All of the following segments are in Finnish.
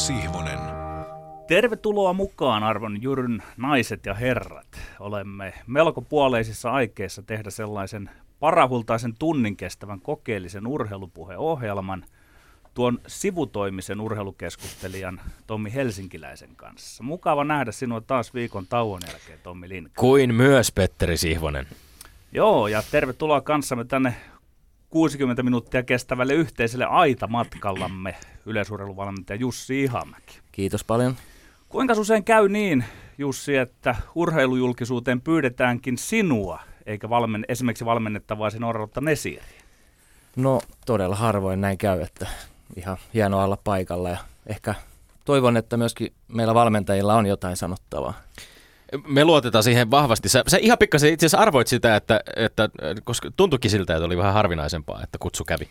Sihvonen. Tervetuloa mukaan, arvon Jyryn naiset ja herrat. Olemme melko puoleisissa aikeissa tehdä sellaisen parahultaisen tunnin kestävän kokeellisen urheilupuheohjelman tuon sivutoimisen urheilukeskustelijan Tommi Helsinkiläisen kanssa. Mukava nähdä sinua taas viikon tauon jälkeen, Tommi Lindgren. Kuin myös Petteri Sihvonen. Joo, ja tervetuloa kanssamme tänne 60 minuuttia kestävälle yhteiselle aitamatkallamme, yleisurheiluvalmentaja Jussi Ihamäki. Kiitos paljon. Kuinka usein käy niin, Jussi, että urheilujulkisuuteen pyydetäänkin sinua, eikä esimerkiksi valmennettavaa sinua Orrota Nesiriä? No todella harvoin näin käy, että ihan hienoa olla paikalla ja ehkä toivon, että myöskin meillä valmentajilla on jotain sanottavaa. Me luotetaan siihen vahvasti. Sä ihan pikkasen itse asiassa arvoit sitä, että koska tuntuikin siltä, että oli vähän harvinaisempaa, että kutsu kävi.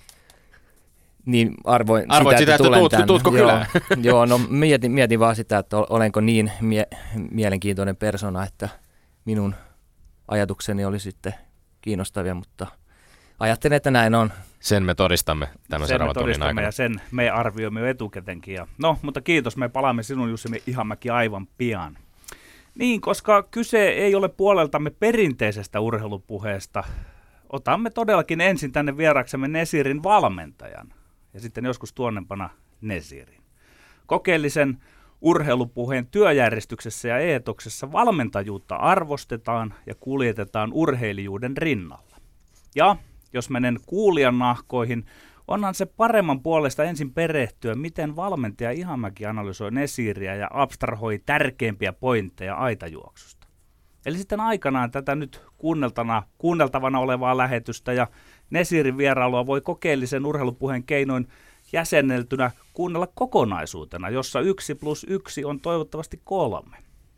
Niin arvoin sitä, että tuutko kylään? Joo, no mietin vaan sitä, että olenko niin mielenkiintoinen persona, että minun ajatukseni oli sitten kiinnostavia, mutta ajattelen, että näin on. Sen me todistamme tämän seuraavan tunnin aikana. Ja sen me arvioimme jo etukätenkin. No, mutta kiitos, me palaamme sinun Jussi Ihamäki aivan pian. Niin, koska kyse ei ole puoleltamme perinteisestä urheilupuheesta, otamme todellakin ensin tänne vieraksemme Nesirin valmentajan ja sitten joskus tuonnempana Nesirin. Kokeellisen urheilupuheen työjärjestyksessä ja eetoksessa valmentajuutta arvostetaan ja kuljetetaan urheilijuuden rinnalla. Ja jos menen kuulijan nahkoihin, onhan se paremman puolesta ensin perehtyä, miten valmentaja Ihamäki analysoi Nesiriä ja abstrahoi tärkeimpiä pointteja aitajuoksusta. Eli sitten aikanaan tätä nyt kuunneltavana olevaa lähetystä ja Nesirin vierailua voi kokeellisen urheilupuheen keinoin jäsenneltynä kuunnella kokonaisuutena, jossa 1+1 on toivottavasti 3.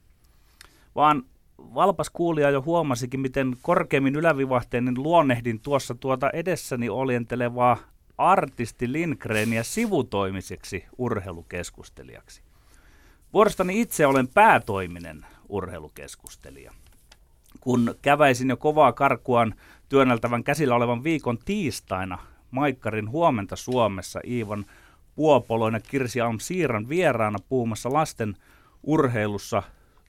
Vaan valpas kuulija jo huomasikin, miten korkeimmin ylävivahteinen luonnehdin tuossa edessäni oljentelevaa artisti Lindgreniä sivutoimiseksi urheilukeskustelijaksi. Vuorostani itse olen päätoiminen urheilukeskustelija. Kun käväisin jo kovaa karkuaan työnneltävän käsillä olevan viikon tiistaina Maikkarin Huomenta Suomessa Iivan Puopolon ja Kirsi Alm-Siiran vieraana puhumassa lasten urheilussa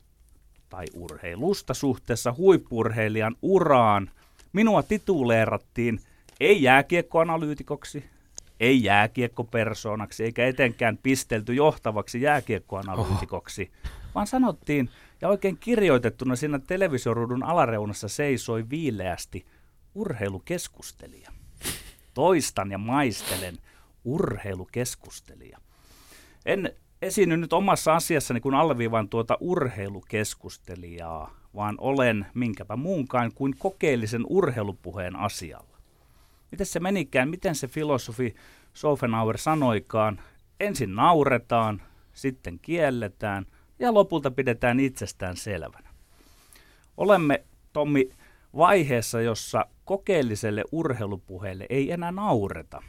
tai urheilusta suhteessa huippu-urheilijan uraan, minua tituleerattiin ei jääkiekkoanalyytikoksi, ei jääkiekkopersoonaksi, eikä etenkään pistelty johtavaksi jääkiekkoanalyytikoksi, vaan sanottiin, ja oikein kirjoitettuna siinä televisioruudun alareunassa seisoi viileästi urheilukeskustelija. Toistan ja maistelen urheilukeskustelija. En esiinny nyt omassa asiassani, kun alleviivaan tuota urheilukeskustelijaa, vaan olen minkäpä muunkaan kuin kokeellisen urheilupuheen asialla. Miten se menikään, miten se filosofi Schopenhauer sanoikaan, ensin nauretaan, sitten kielletään ja lopulta pidetään itsestään selvänä. Olemme, Tommi, vaiheessa, jossa kokeelliselle urheilupuheelle ei enää naureta.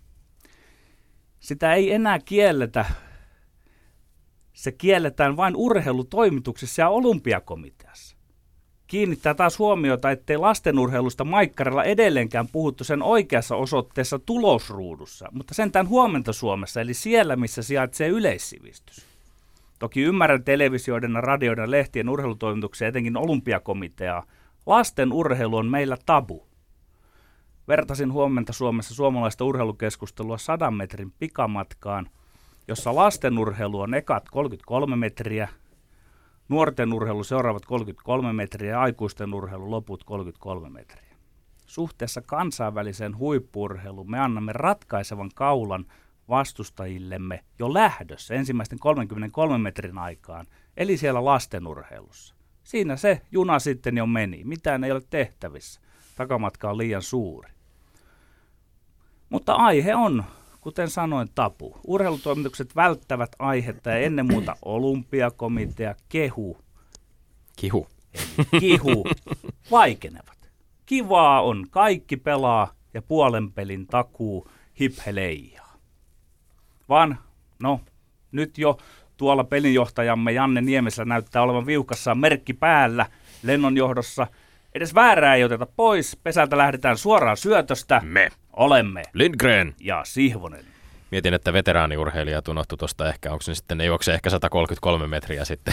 Sitä ei enää kielletä. Se kielletään vain urheilutoimituksessa ja olympiakomiteassa. Kiinnittää taas huomiota, ettei lastenurheilusta Maikkarilla edelleenkään puhuttu sen oikeassa osoitteessa tulosruudussa, mutta sentään Huomenta Suomessa, eli siellä, missä sijaitsee yleissivistys. Toki ymmärrän televisioiden, radioiden, lehtien urheilutoimituksia, etenkin olympiakomiteaa. Lasten urheilu on meillä tabu. Vertasin Huomenta Suomessa suomalaista urheilukeskustelua 100 metrin pikamatkaan, jossa lasten urheilu on ekat 33 metriä, nuorten urheilu seuraavat 33 metriä ja aikuisten urheilu loput 33 metriä. Suhteessa kansainväliseen huippu-urheiluun me annamme ratkaisevan kaulan vastustajillemme jo lähdössä ensimmäisten 33 metrin aikaan, eli siellä lasten urheilussa. Siinä se juna sitten jo meni. Mitään ei ole tehtävissä. Takamatka on liian suuri. Mutta aihe on, kuten sanoin, tabu. Urheilutoimitukset välttävät aihetta ja ennen muuta olympiakomitea Kihu vaikenevat. Kivaa on, kaikki pelaa ja puolen pelin takuu hipheleijaa. Vaan, nyt jo tuolla pelinjohtajamme Janne Niemessä näyttää olevan viuhkassaan merkki päällä lennonjohdossa. Edes väärää ei oteta pois. Pesältä lähdetään suoraan syötöstä. Me olemme Lindgren ja Sihvonen. Mietin, että veteraaniurheilijat unohtui tuosta ehkä, onko se sitten, ne juoksee ehkä 133 metriä sitten.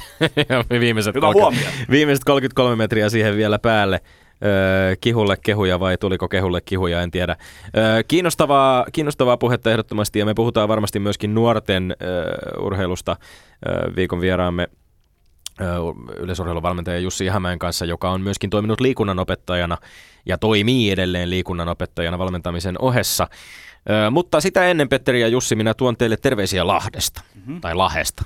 viimeiset 33 metriä siihen vielä päälle. Kihulle kehuja vai tuliko kehulle kihuja, en tiedä. Kiinnostavaa puhetta ehdottomasti, ja me puhutaan varmasti myöskin nuorten urheilusta viikon vieraamme yleisurheiluvalmentaja Jussi Hämäen kanssa, joka on myöskin toiminut liikunnanopettajana ja toimii edelleen liikunnanopettajana valmentamisen ohessa. Mutta sitä ennen, Petteri ja Jussi, minä tuon teille terveisiä Lahdesta, tai Lahesta.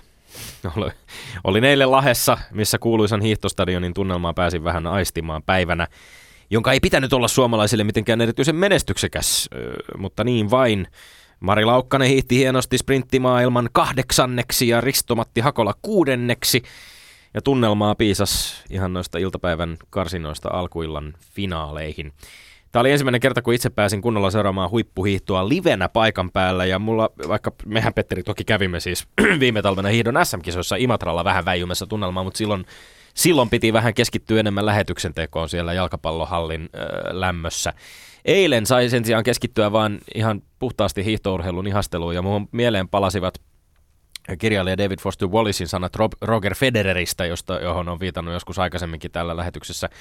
Olin eilen Lahessa, missä kuuluisan hiihtostadionin tunnelmaa pääsin vähän aistimaan päivänä, jonka ei pitänyt olla suomalaisille mitenkään erityisen menestyksekäs, mutta niin vain. Mari Laukkanen hiihti hienosti sprinttimaailman 8. ja Risto-Matti Hakola 6. Ja tunnelmaa piisasi ihan noista iltapäivän karsinoista alkuillan finaaleihin. Tämä oli ensimmäinen kerta, kun itse pääsin kunnolla seuraamaan huippuhiihtoa livenä paikan päällä, ja mulla, vaikka mehän Petteri toki kävimme siis viime talvena hiihdon SM-kisoissa Imatralla vähän väijymässä tunnelmaa, mutta silloin piti vähän keskittyä enemmän lähetyksen tekoon siellä jalkapallohallin lämmössä. Eilen sai sen sijaan keskittyä vaan ihan puhtaasti hiihtourheilun ihasteluun, ja muun mieleen palasivat kirjailija David Foster Wallacein sanat Roger Federeristä, johon on viitannut joskus aikaisemminkin tällä lähetyksessä.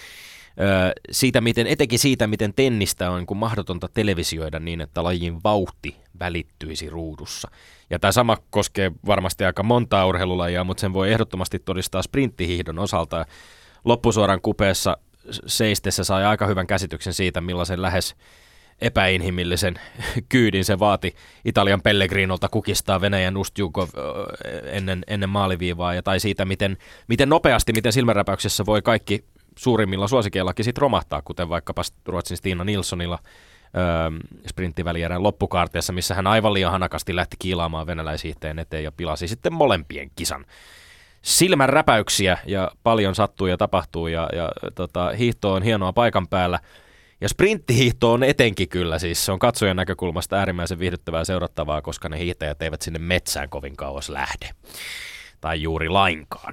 Etenkin siitä, miten tennistä on kuin mahdotonta televisioida niin, että lajin vauhti välittyisi ruudussa. Ja tämä sama koskee varmasti aika montaa urheilulajia, mutta sen voi ehdottomasti todistaa sprinttihiihdon osalta. Loppusuoran kupeessa seistessä sai aika hyvän käsityksen siitä, millaisen lähes epäinhimillisen kyydin se vaati Italian Pellegrinolta kukistaa Venäjän Ustjukov ennen maaliviivaa, tai siitä, miten nopeasti, miten silmänräpäyksessä voi kaikki suurimmilla suosikeillakin sit romahtaa, kuten vaikkapa Ruotsin Stina Nilssonilla sprinttivälierän loppukaarteessa, missä hän aivan liian hanakasti lähti kiilaamaan venäläishiihteen eteen ja pilasi sitten molempien kisan. Silmänräpäyksiä ja paljon sattuu ja tapahtuu, ja hiihto on hienoa paikan päällä. Ja sprinttihiihto on etenkin kyllä, siis se on katsojan näkökulmasta äärimmäisen viihdyttävää seurattavaa, koska ne hiihtäjät eivät sinne metsään kovin kauas lähde. Tai juuri lainkaan.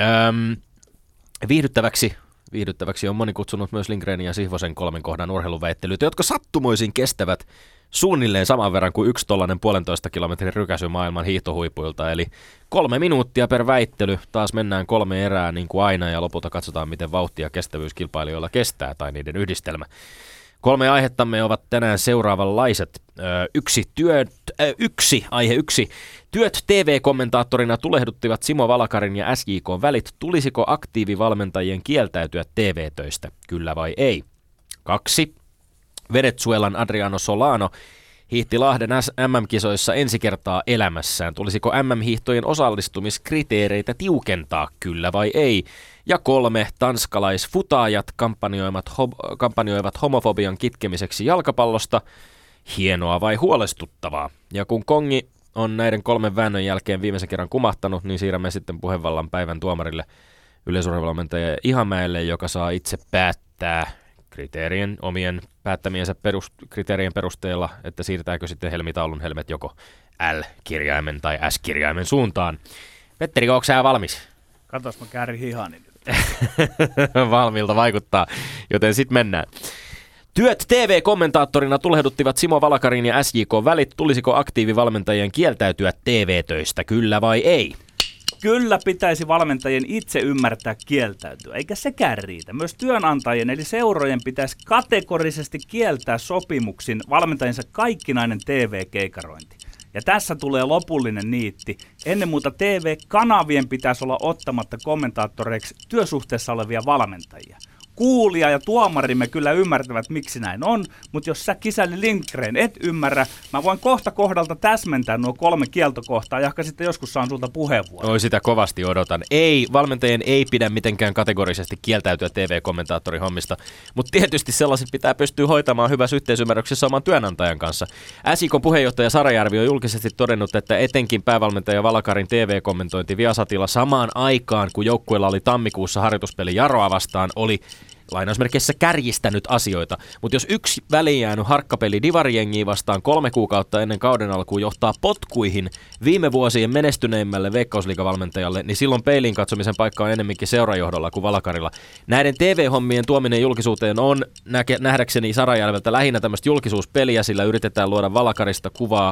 Viihdyttäväksi on moni kutsunut myös Lindgrenin ja Sihvosen 3 kohdan urheiluväittelyitä, jotka sattumoisin kestävät suunnilleen saman verran kuin yksi tollainen 1,5 kilometrin rykäsy maailman hiihtohuipuilta. Eli 3 minuuttia per väittely, taas mennään 3 erää niin kuin aina, ja lopulta katsotaan, miten vauhti ja kestävyys kilpailijoilla kestää tai niiden yhdistelmä. 3 aihettamme ovat tänään seuraavanlaiset. Aihe 1. Työt TV-kommentaattorina tulehduttivat Simo Valakarin ja SJK:n välit. Tulisiko aktiivivalmentajien kieltäytyä TV-töistä? Kyllä vai ei? 2. Venezuelan Adriano Solano hiihti Lahden MM-kisoissa ensi kertaa elämässään. Tulisiko MM-hiihtojen osallistumiskriteereitä tiukentaa? Kyllä vai ei? Ja 3. Tanskalaisfutaajat kampanjoivat homofobian kitkemiseksi jalkapallosta. Hienoa vai huolestuttavaa? Ja kun kongi on näiden 3 väännön jälkeen viimeisen kerran kumahtanut, niin siirrämme sitten puhevallan päivän tuomarille yleisurheiluvalmentaja Ihamäelle, joka saa itse päättää omien päättämiensä kriteerien perusteella, että siirtääkö sitten helmitaulun helmet joko L-kirjaimen tai S-kirjaimen suuntaan. Petteri, onko sä valmis? Katos, mä käärin hihani nyt. Valmiilta vaikuttaa, joten sitten mennään. Työt TV-kommentaattorina tulehduttivat Simo Valakarin ja SJK:n välit. Tulisiko aktiivivalmentajien kieltäytyä TV-töistä, kyllä vai ei? Kyllä pitäisi valmentajien itse ymmärtää kieltäytyä, eikä sekään riitä. Myös työnantajien eli seurojen pitäisi kategorisesti kieltää sopimuksin valmentajiensa kaikkinainen TV-keikarointi. Ja tässä tulee lopullinen niitti. Ennen muuta TV-kanavien pitäisi olla ottamatta kommentaattoreiksi työsuhteessa olevia valmentajia. Kuulija ja tuomarimme kyllä ymmärtävät, miksi näin on, mutta jos sä, Kisäli Lindgren, et ymmärrä, mä voin kohta kohdalta täsmentää nuo 3 kieltokohtaa, ja ehkä sitten joskus saan sulta puheenvuoron. Oi, sitä kovasti odotan. Ei, valmentajien ei pidä mitenkään kategorisesti kieltäytyä TV-kommentaattorin hommista, mutta tietysti sellaiset pitää pystyä hoitamaan hyvässä yhteisymmärryksessä oman työnantajan kanssa. SJK:n puheenjohtaja Sarajärvi on julkisesti todennut, että etenkin päävalmentaja Valakarin TV-kommentointi Viasatilla samaan aikaan, kun joukkueella oli tammikuussa harjoituspeli Jaroa vastaan, oli lainausmerkeissä kärjistänyt asioita, mutta jos yksi väliin jäänyt harkkapeli Divarijengiä vastaan 3 kuukautta ennen kauden alkuun johtaa potkuihin viime vuosien menestyneimmälle veikkausliigavalmentajalle, niin silloin peiliin katsomisen paikka on enemmänkin seurajohdolla kuin Valakarilla. Näiden TV-hommien tuominen julkisuuteen on nähdäkseni Sarajärveltä lähinnä tämmöistä julkisuuspeliä, sillä yritetään luoda Valakarista kuvaa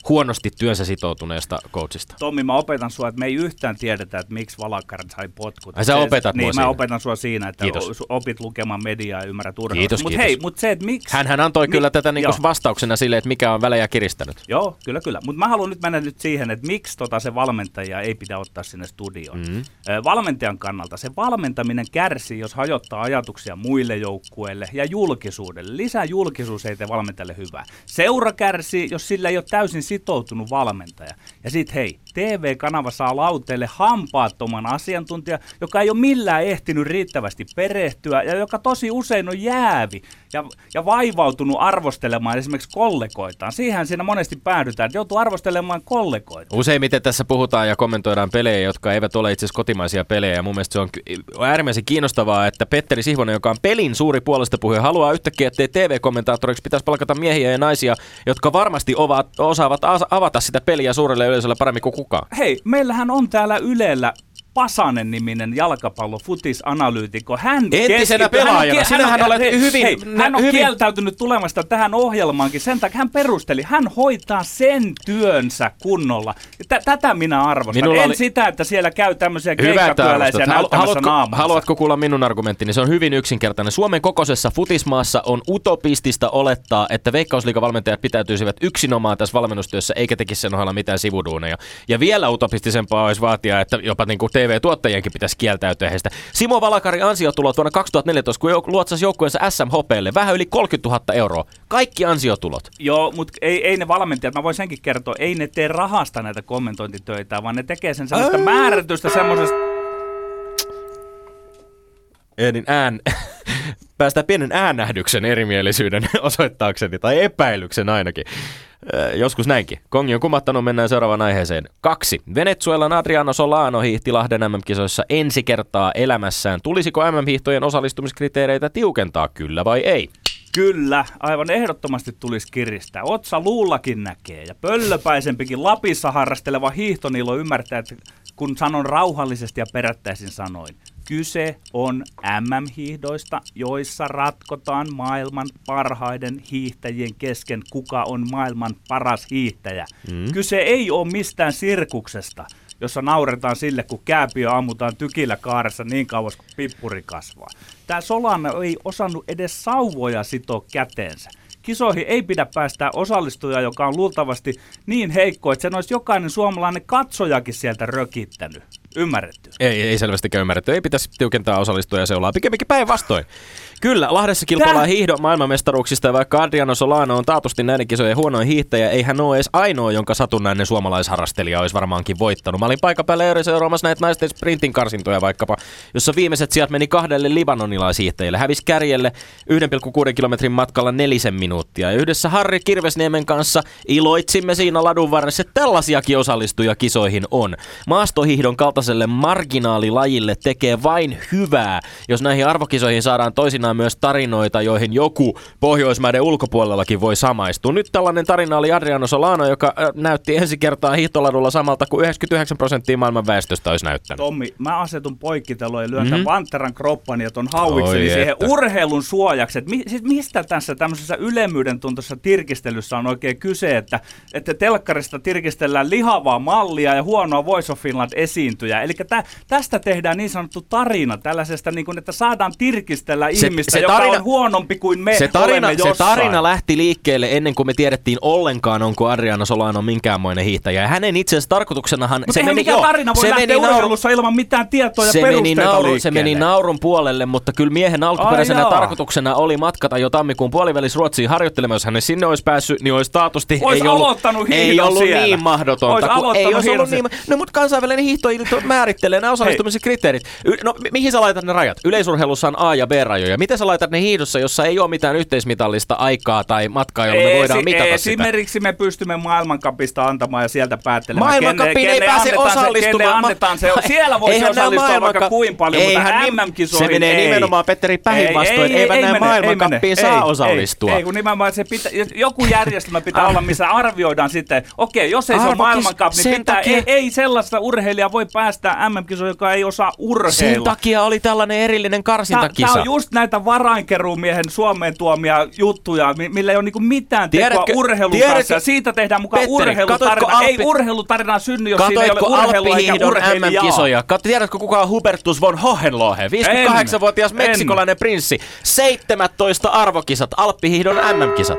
huonosti työnsä sitoutuneesta coachista. Tommi, mä opetan sua, että me ei yhtään tiedetä, että miksi Valakar sai potkut. Sä opetat mua niin, siinä. mä opetan sua siinä, että Kiitos. opit lukemaan mediaa ja ymmärrät urheilua. Kiitos, Mutta kiitos. hei, se, että miksi... Hänhän antoi kyllä tätä niin kuin vastauksena sille, että mikä on välejä kiristänyt. Joo, kyllä. Mutta mä haluan nyt mennä siihen, että miksi se valmentaja ei pidä ottaa sinne studioon. Valmentajan kannalta se valmentaminen kärsii, jos hajottaa ajatuksia muille joukkueille ja julkisuudelle. Lisää julkisuus ei tee valmentajalle hyvää. Seura kärsii, jos sillä ei ole täysin sitoutunut valmentaja. Ja sit hei, TV-kanava saa lauteelle hampaattoman asiantuntija, joka ei ole millään ehtinyt riittävästi perehtyä ja joka tosi usein on jäävi ja vaivautunut arvostelemaan esimerkiksi kollegoitaan. Siihen siinä monesti päädytään, että joutuu arvostelemaan kollegoita. Useimmiten tässä puhutaan ja kommentoidaan pelejä, jotka eivät ole itse asiassa kotimaisia pelejä. Ja mun mielestä se on äärimmäisen kiinnostavaa, että Petteri Sihvonen, joka on pelin suuri puolestapuhuja, haluaa yhtäkkiä, ettei TV-kommentaattoriksi pitäisi palkata miehiä ja naisia, jotka varmasti osaavat avata sitä peliä suurelle yleisölle paremmin kuin kukaan. Hei, meillähän on täällä Ylellä Pasanen-niminen jalkapallo-futisanalyytikko. Entisenä pelaajana. Sinähän olet hyvin... Hän on kieltäytynyt tulemasta tähän ohjelmaankin. Sen takia hän perusteli. Hän hoitaa sen työnsä kunnolla. Tätä minä arvostan. En sitä, että siellä käy tämmöisiä keikkatyöläisiä näyttämässä naamansa. Haluatko kuulla minun argumenttini? Se on hyvin yksinkertainen. Suomen kokoisessa futismaassa on utopistista olettaa, että veikkausliigavalmentajat pitäytyisivät yksinomaan tässä valmennustyössä, eikä tekisi sen ohella mitään sivuduuneja. Ja vielä utopistisempaa olisi vaatia, että jopa niin kuin TV-tuottajienkin pitäisi kieltäytyä heistä. Simo Valakarin ansiotulot vuonna 2014, kun luotsasi joukkueensa SM-hopeelle, vähän yli 30 000 euroa. Kaikki ansiotulot. Joo, mutta ei ne valmentajat, mä voin senkin kertoa, ei ne tee rahasta näitä kommentointitöitä, vaan ne tekee sen semmoista määrätystä semmoisesta... Päästään pienen äänähdyksen erimielisyyden osoittaakseni, tai epäilyksen ainakin. Joskus näinkin. Kongi on kumattanut, mennään seuraavaan aiheeseen. 2. Venezuelan Adriano Solano hiihti Lahden MM-kisoissa ensi kertaa elämässään. Tulisiko MM-hiihtojen osallistumiskriteereitä tiukentaa, kyllä vai ei? Kyllä, aivan ehdottomasti tulisi kiristää. Otsa luullakin näkee ja pöllöpäisempikin Lapissa harrasteleva hiihtoniilo ymmärtää, että kun sanon rauhallisesti ja perättäisin sanoin, kyse on MM-hiihdoista, joissa ratkotaan maailman parhaiden hiihtäjien kesken, kuka on maailman paras hiihtäjä. Kyse ei ole mistään sirkuksesta, jossa nauretaan sille, kun kääpiö ammutaan tykillä kaaressa niin kauas kuin pippuri kasvaa. Tämä Solano ei osannut edes sauvoja sitoa käteensä. Kisoihin ei pidä päästää osallistujaa, joka on luultavasti niin heikko, että sen olisi jokainen suomalainen katsojakin sieltä rökittänyt. Ymmärretty? Ei selvästikään ymmärretty. Ei pitäisi tiukentaa osallistujia seulaa. Pikemminkin päinvastoin. Kyllä, Lahdessa kilpaillaan hiihdon maailmanmestaruuksista, ja vaikka Adriano Solano on taatusti näiden kisojen huonoin hiihtäjä, ei hän ole edes ainoa, jonka satunnainen suomalaisharrastelija olisi varmaankin voittanut. Mä olin paikan päällä seuraamassa näitä naisten sprintin karsintoja vaikkapa, jossa viimeiset sijat meni 2 libanonilaishiihtäjille. Hävisi kärjelle 1,6 kilometrin matkalla 4 minuuttia. Ja yhdessä Harri Kirvesniemen kanssa iloitsimme siinä ladun varressa, että tällaisiakin osallistujia kisoihin on. Maastohiihdon kaltaiselle marginaalilajille tekee vain hyvää, jos näihin arvokisoihin saadaan toisinaan myös tarinoita, joihin joku Pohjoismaiden ulkopuolellakin voi samaistua. Nyt tällainen tarina oli Adriano Solano, joka näytti ensi kertaa hiihtoladulla samalta kuin 99% maailman väestöstä olisi näyttänyt. Tommi, mä asetun poikkiteloon ja lyön tämän Vanteran kroppani ja ton hauikseni siihen urheilun suojaksi. Mistä tässä tämmöisessä ylemmyyden tuntoisessa tirkistelyssä on oikein kyse, että telkkarista tirkistellään lihavaa mallia ja huonoa Voice of Finland esiintyjää. Eli tästä tehdään niin sanottu tarina tällaisesta, niin kuin, että saadaan tirkistellä ihmistä, joka on huonompi kuin me olemme jossain. Se tarina lähti liikkeelle ennen kuin me tiedettiin ollenkaan, onko Adriano Solano minkäänmoinen hiihtäjä. Ja hänen itse asiassa tarkoituksenahan... Mutta eihän mikään tarina voi lähteä urheilussa ilman mitään tietoa ja perusteita liikkeelle. Se meni naurun puolelle, mutta kyllä miehen alkuperäisenä tarkoituksena oli matkata jo tammikuun puolivälissä Ruotsiin harjoittelemaan. Jos hän sinne olisi päässyt, niin olisi taatusti ei ollut niin mahdotonta. No mutta kansainvälinen hiihtoiliitto määrittelee nämä osallistumisen kriteerit. No mihin sä laitat ne rajat? Yleisurheilussa on A- ja B-rajoja. Miten sä laitat ne hiihdossa, jossa ei ole mitään yhteismitallista aikaa tai matkaa, jolla me voidaan mitata sitä? Esimerkiksi me pystymme maailmankapista antamaan ja sieltä päättelemään. Maailmankappiin ei pääse osallistumaan. Siellä voisi osallistua vaikka kuin paljon, mutta MM-kisoihin se menee nimenomaan, Petteri, päinvastoin. Eivät näin maailmankappiin saa osallistua. Ei, kun nimenomaan joku järjestelmä pitää olla, missä arvioidaan sitten, okei, jos ei se ole maailmankap, niin ei sellaista urheilijaa voi päästää MM-kisoja, joka ei osaa urheilla. Sen takia oli tällainen erillinen karsintakisa. Tämä on just näitä varainkeruumiehen Suomeen tuomia juttuja, millä ei ole niinku mitään tekoa urheilun kanssa. Ja siitä tehdään mukaan urheilutarina. Ei urheilutarinaa synny, jos siinä ei ole urheilua eikä urheilijaa. MM-kisoja? Tiedätkö kuka on Hubertus von Hohenlohe? 58-vuotias meksikolainen prinssi. 17 arvokisat, alppihiihdon MM-kisat.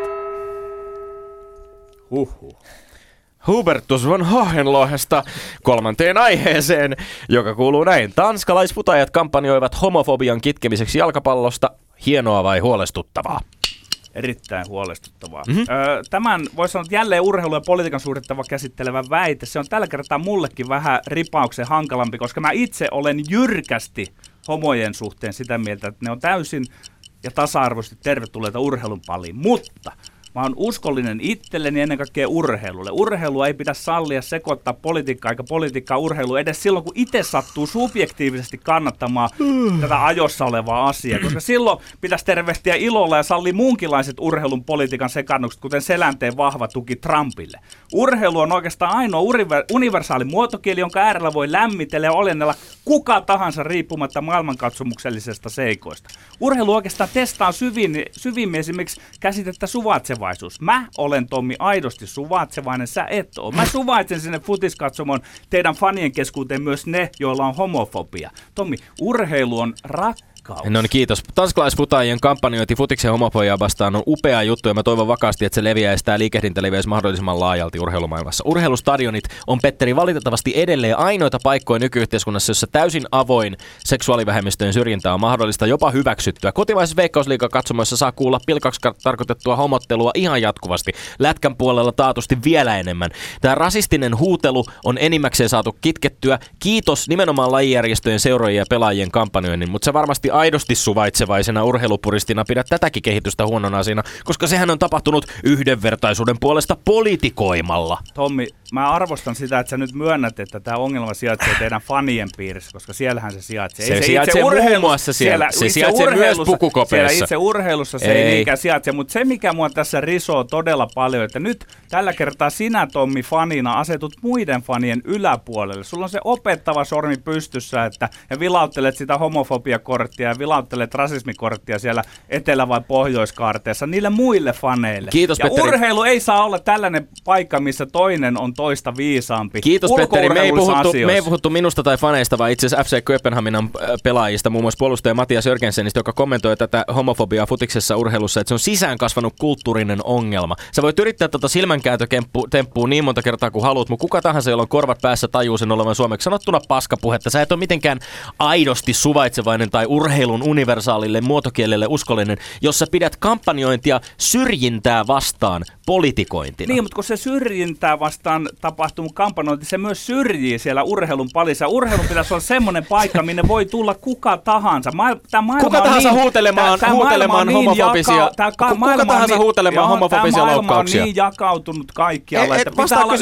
Hubertus von Hohenlohesta kolmanteen aiheeseen, joka kuuluu näin. Tanskalaisfutajat kampanjoivat homofobian kitkemiseksi jalkapallosta. Hienoa vai huolestuttavaa? Erittäin huolestuttavaa. Tämän voisi sanoa, että jälleen urheilu ja politiikan suhdettava käsittelevä väite. Se on tällä kertaa mullekin vähän ripauksen hankalampi, koska mä itse olen jyrkästi homojen suhteen sitä mieltä, että ne on täysin ja tasa-arvoisesti tervetulleita urheilun paliin. Mutta mä oon uskollinen itselleni ennen kaikkea urheilulle. Urheilua ei pidä sallia sekoittaa politiikkaa eikä politiikkaa urheilu edes silloin, kun itse sattuu subjektiivisesti kannattamaan tätä ajossa olevaa asiaa. Koska silloin pitäisi tervehtiä ilolla ja sallia muunkinlaiset urheilun politiikan sekannukset, kuten Selänteen vahva tuki Trumpille. Urheilu on oikeastaan ainoa universaali muotokieli, jonka äärellä voi lämmitellä ja olennella kuka tahansa riippumatta maailmankatsomuksellisesta seikoista. Urheilu oikeastaan testaa syvimmin esimerkiksi käsitettä suvaitsevaisuus. Mä olen, Tommi, aidosti suvaitsevainen, sä et ole. Mä suvaitsen sinne futiskatsomon teidän fanien keskuuteen myös ne, joilla on homofobia. Tommi, urheilu on rakkaus. No niin, kiitos. Tanskalaisfutajien kampanjointi futiksen homofobiaa vastaan on upea juttu ja mä toivon vakaasti, että se leviää ja sitä liikehdintä leviäisi mahdollisimman laajalti urheilumaailmassa. Urheilustadionit on, Petteri, valitettavasti edelleen ainoita paikkoja nykyyhteiskunnassa, jossa täysin avoin seksuaalivähemmistöjen syrjintä on mahdollista, jopa hyväksyttyä. Kotimaisessa Veikkausliiga-katsomoissa saa kuulla pilkaksi tarkoitettua homottelua ihan jatkuvasti. Lätkän puolella taatusti vielä enemmän. Tämä rasistinen huutelu on enimmäkseen saatu kitkettyä. Kiitos nimenomaan lajijärjestöjen, seuraajien ja pelaajien kampanjoinnin, mutta se varmasti aidosti suvaitsevaisena urheilupuristina pidä tätäkin kehitystä huonona asiana, koska sehän on tapahtunut yhdenvertaisuuden puolesta politikoimalla. Tommi, mä arvostan sitä, että sä nyt myönnät, että tämä ongelma sijaitsee teidän fanien piirissä, koska siellähän se sijaitsee. Se sijaitsee muun muassa siellä. Se sijaitsee myös pukukopeessa. Siellä itse urheilussa se ei niinkään sijaitse, mutta se mikä mua tässä risoo todella paljon, että nyt tällä kertaa sinä, Tommi, fanina asetut muiden fanien yläpuolelle. Sulla on se opettava sormi pystyssä, ja vilauttelet sitä homofobiakorttia ja vilauttelet rasismikorttia siellä etelä- vai pohjoiskaarteessa niille muille faneille. Kiitos, ja Petteri. Urheilu ei saa olla tällainen paikka, missä toinen on toista viisaampi. Kiitos, Petteri. Me ei puhuttu minusta tai faneista, vaan itse asiassa FC Kööpenhaminan pelaajista, muun muassa puolustaja Matias Jörgensenistä, joka kommentoi tätä homofobiaa futiksessa urheilussa, että se on sisään kasvanut kulttuurinen ongelma. Sä voit yrittää tuota silmänkääntötemppua niin monta kertaa kuin haluat, mutta kuka tahansa, jolla on korvat päässä, tajuu sen olevan suomeksi sanottuna paskapuhetta. Sä et ole mitenkään aidosti suvaitsevainen tai urheilun universaalille muotokielelle uskollinen, jossa pidät kampanjointia syrjintää vastaan politikointina. Niin, mutta kun se syrjintää vastaan tapahtuu kampanjointi, se myös syrjii siellä urheilun palissa. Urheilun pitäisi olla semmoinen paikka, minne voi tulla kuka tahansa. Kuka tahansa huutelemaan homofobisia. Kuka tahansa huutelemaan homofobisia loukkauksia. Maailma on niin jakautunut kaikkialla, että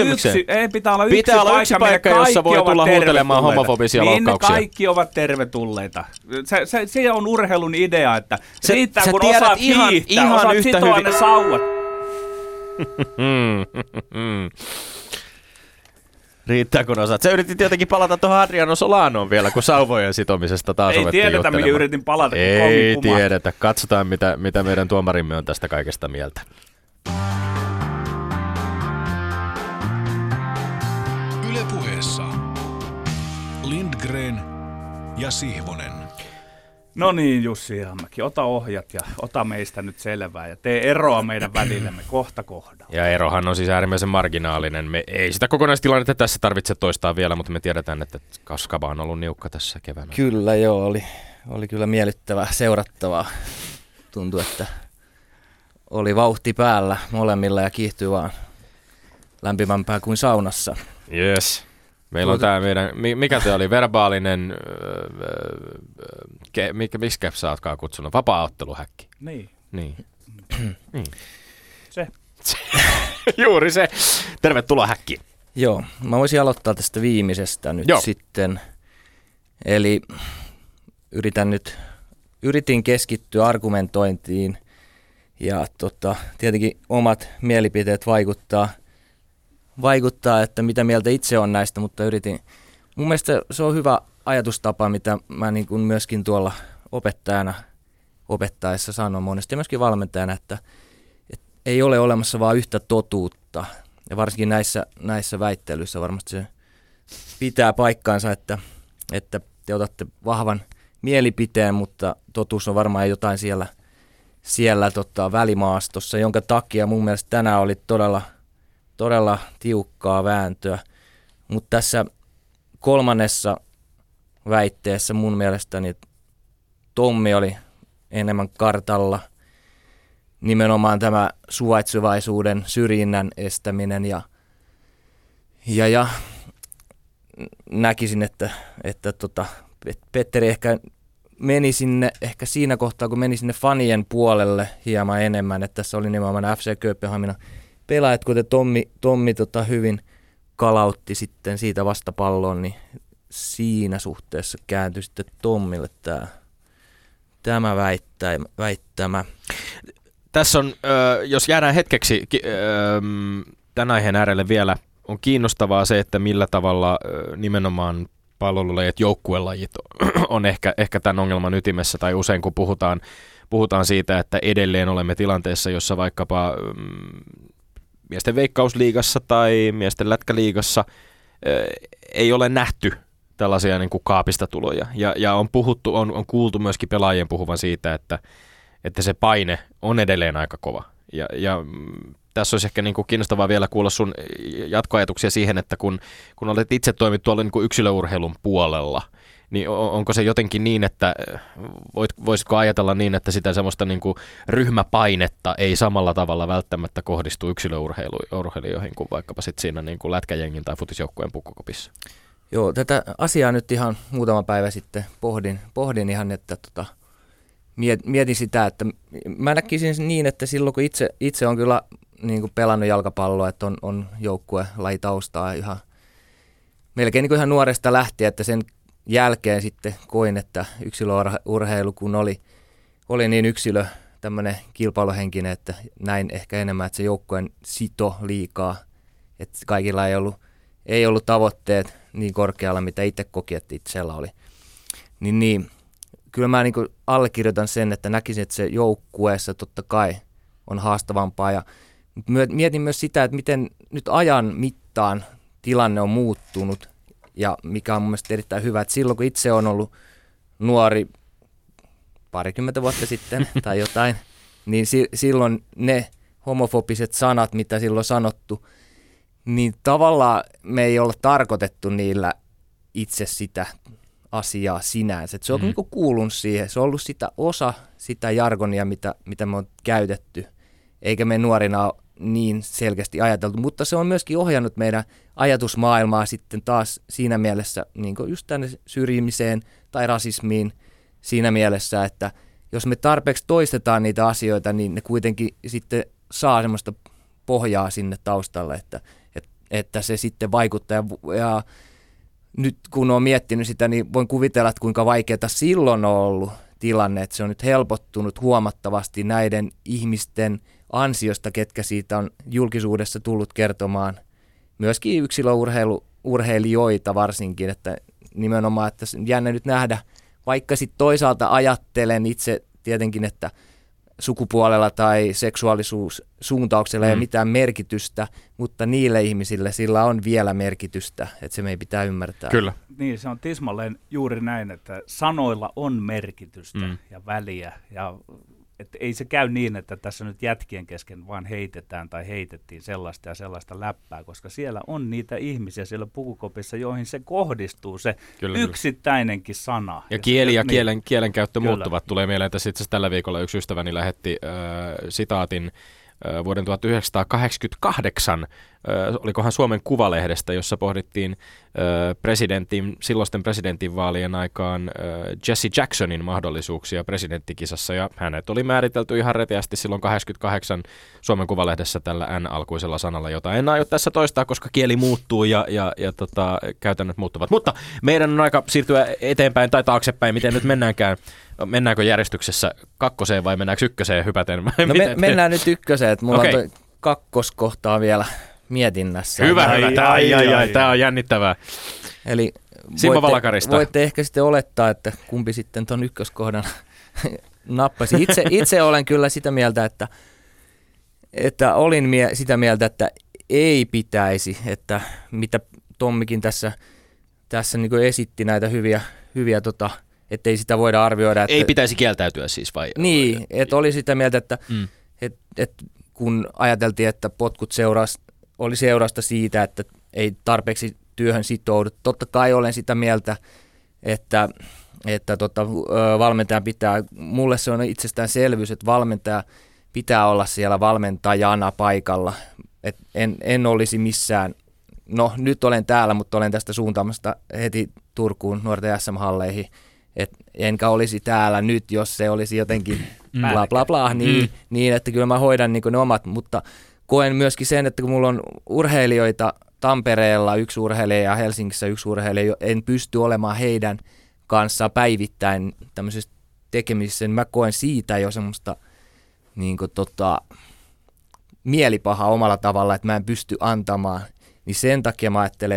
pitää olla yksi paikka, jossa voi tulla huutelemaan homofobisia loukkauksia. Niin kaikki ovat tervetulleita. Se on urheilun idea, että riittää kun osaat hiihtää, osaat sitoa ne sauvat. Riittää kun osaat. Sä yritit jotenkin palata tuohon Adriano Solanoon vielä, kun sauvojen sitomisesta taas ei tiedetä, mihin yritin palata. Ei tiedetä. Katsotaan, mitä meidän tuomarimme on tästä kaikesta mieltä. Yle Puheessa Lindgren ja Sihvonen. No niin, Jussi Ihamäki, ota ohjat ja ota meistä nyt selvää ja tee eroa meidän välillemme kohta kohdalla. Ja erohan on siis äärimmäisen marginaalinen. Me ei sitä kokonaistilannetta tässä tarvitse toistaa vielä, mutta me tiedetään, että Kaskaba on ollut niukka tässä keväänä. Kyllä joo, oli kyllä miellyttävää seurattavaa. Tuntui, että oli vauhti päällä molemmilla ja kiihtyi vaan lämpimämpää kuin saunassa. Yes. Meillä on tämä meidän, mikä te oli, verbaalinen, miksi sä ootkaan kutsunut, vapaa-otteluhäkki. Niin. Se. Juuri se. Tervetuloa häkkiin. Joo, mä voisin aloittaa tästä viimeisestä nyt sitten. Eli yritin keskittyä argumentointiin ja tietenkin omat mielipiteet vaikuttaa, että mitä mieltä itse on näistä, mutta Mun mielestä se on hyvä ajatustapa, mitä mä niin kuin myöskin tuolla opettajana opettaessa sanon monesti ja myöskin valmentajana, että ei ole olemassa vaan yhtä totuutta. Ja varsinkin näissä väittelyissä varmasti se pitää paikkaansa, että te otatte vahvan mielipiteen, mutta totuus on varmaan jotain siellä välimaastossa, jonka takia mun mielestä tänään oli todella tiukkaa vääntöä. Mutta tässä kolmannessa väitteessä mun mielestäni Tommi oli enemmän kartalla. Nimenomaan tämä suvaitsevaisuuden, syrjinnän estäminen ja näkisin, että Petteri ehkä meni sinne, ehkä siinä kohtaa, kun meni sinne fanien puolelle hieman enemmän, että tässä oli nimenomaan FC Kööpenhaminan pelaajat, kuten Tommi hyvin kalautti sitten siitä vastapalloon, niin siinä suhteessa kääntyi sitten Tommille tämä väittämä. Tässä on, jos jäädään hetkeksi tämän aiheen äärelle vielä, on kiinnostavaa se, että millä tavalla nimenomaan pallolulajit, joukkuelajit on ehkä tämän ongelman ytimessä, tai usein kun puhutaan siitä, että edelleen olemme tilanteessa, jossa vaikkapa miesten veikkausliigassa tai miesten lätkäliigassa ei ole nähty tällaisia niin kuin kaapista tuloja. Ja on kuultu myöskin pelaajien puhuvan siitä, että se paine on edelleen aika kova. Ja tässä olisi ehkä niin kuin kiinnostavaa vielä kuulla sun jatkoajatuksia siihen, että kun olet itse toimit tuolla niin kuin yksilöurheilun puolella, niin onko se jotenkin niin, että voisitko ajatella niin, että sitä semmoista niin kuin ryhmäpainetta ei samalla tavalla välttämättä kohdistu yksilöurheilijoihin kuin vaikkapa sit siinä niin kuin lätkäjengin tai futisjoukkueen pukkukopissa? Joo, tätä asiaa nyt ihan muutama päivä sitten pohdin ihan, että mietin sitä, että mä näkisin niin, että silloin kun itse on kyllä niin kuin pelannut jalkapalloa, että on joukkuelajitaustaa ihan melkein niin kuin ihan nuoresta lähtien, että sen jälkeen sitten koin, että yksilöurheilu kun oli niin yksilö tämmöinen kilpailuhenkinen, että näin ehkä enemmän, että se joukkueen sito liikaa, että kaikilla ei ollut tavoitteet niin korkealla, mitä itse koki, että itsellä oli. Niin kyllä mä niin kuin allekirjoitan sen, että näkisin, että se joukkueessa totta kai on haastavampaa. Ja mietin myös sitä, että miten nyt ajan mittaan tilanne on muuttunut ja mikä on mun mielestä erittäin hyvä, että silloin kun itse on ollut nuori parikymmentä vuotta sitten tai jotain, niin silloin ne homofobiset sanat, mitä silloin sanottu, niin tavallaan me ei olla tarkoitettu niillä itse sitä asiaa sinänsä. Se on niin kuin kuulunut siihen. Se on ollut osa sitä jargonia, mitä me on käytetty, eikä me nuorina ole niin selkeästi ajateltu. Mutta se on myöskin ohjannut meidän ajatusmaailmaa sitten taas siinä mielessä, niin kuin just tänne syrjimiseen tai rasismiin siinä mielessä, että jos me tarpeeksi toistetaan niitä asioita, niin ne kuitenkin sitten saa semmoista pohjaa sinne taustalle, että se sitten vaikuttaa. Ja nyt kun olen miettinyt sitä, niin voin kuvitella, että kuinka vaikeaa silloin on ollut tilanne, että se on nyt helpottunut huomattavasti näiden ihmisten ansiosta, ketkä siitä on julkisuudessa tullut kertomaan. Myöskin yksilöurheilijoita varsinkin, että nimenomaan, että jännä nyt nähdä, vaikka sitten toisaalta ajattelen itse tietenkin, että sukupuolella tai seksuaalisuussuuntauksella ei ole mitään merkitystä, mutta niille ihmisille sillä on vielä merkitystä, että se meidän pitää ymmärtää. Kyllä. Niin, se on tismalleen juuri näin, että sanoilla on merkitystä ja väliä. Ja että ei se käy niin, että tässä nyt jätkien kesken vaan heitetään tai heitettiin sellaista ja sellaista läppää, koska siellä on niitä ihmisiä siellä pukukopissa, joihin se kohdistuu se yksittäinenkin sana. Ja kieli ja kielenkäyttö muuttuvat. Tulee mieleen, että itse tällä viikolla yksi ystäväni lähetti sitaatin vuoden 1988, olikohan Suomen Kuvalehdestä, jossa pohdittiin silloisten presidentinvaalien aikaan Jesse Jacksonin mahdollisuuksia presidenttikisassa, ja hänet oli määritelty ihan reteästi silloin 88 Suomen Kuvalehdessä tällä N-alkuisella sanalla, jota en aio tässä toistaa, koska kieli muuttuu ja käytännöt muuttuvat. Mutta meidän on aika siirtyä eteenpäin tai taaksepäin, miten nyt mennäänkään. Mennäänkö järjestyksessä kakkoseen vai mennäänkö ykköseen hypäten? No mennään nyt ykköseen, että mulla on toi kakkoskohtaa vielä mietinnässä. Hyvä. Tämä on jännittävää. Eli Simmo Valakarista. Voitte ehkä sitten olettaa, että kumpi sitten ton ykköskohdan nappasi. Itse olen kyllä sitä mieltä, että olin sitä mieltä, että ei pitäisi, että mitä Tommikin tässä niin kuin esitti näitä hyviä että ei sitä voida arvioida. Että, ei pitäisi kieltäytyä siis vai? Niin, että oli sitä mieltä, että kun ajateltiin, että potkut oli seurasta siitä, että ei tarpeeksi työhön sitoudu. Totta kai olen sitä mieltä, että valmentajan mulle se on itsestäänselvyys, että valmentaja pitää olla siellä valmentajana paikalla. Et en olisi missään, no nyt olen täällä, mutta olen tästä suuntaamasta heti Turkuun nuorten SM-halleihin. Enkä olisi täällä nyt, jos se olisi jotenkin bla bla bla, niin että kyllä mä hoidan niin ne omat, mutta koen myöskin sen, että kun mulla on urheilijoita Tampereella yksi urheilija ja Helsingissä yksi urheilija, en pysty olemaan heidän kanssaan päivittäin tämmöisessä tekemisessä, niin mä koen siitä jo semmoista niin kuin mielipahaa omalla tavalla, että mä en pysty antamaan, niin sen takia mä ajattelen,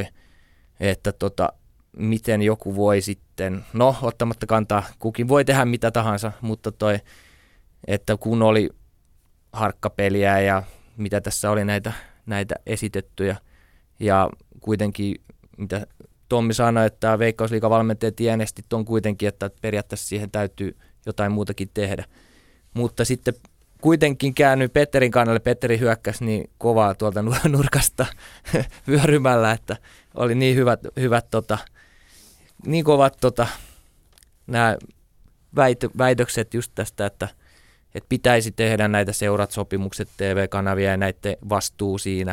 että miten joku voi sitten, no ottamatta kantaa, kukin voi tehdä mitä tahansa, mutta että kun oli harkkapeliä ja mitä tässä oli näitä esitettyjä ja kuitenkin mitä Tommi sanoi, että Veikkausliigavalmentajat äänestit on kuitenkin, että periaatteessa siihen täytyy jotain muutakin tehdä, mutta sitten kuitenkin käännyin Petterin kannalle. Petteri hyökkäsi niin kovaa tuolta nurkasta vyörymällä, että oli niin hyvät niin kovat nämä väitökset just tästä, että pitäisi tehdä näitä seurat-sopimukset, TV-kanavia ja näiden vastuu siinä.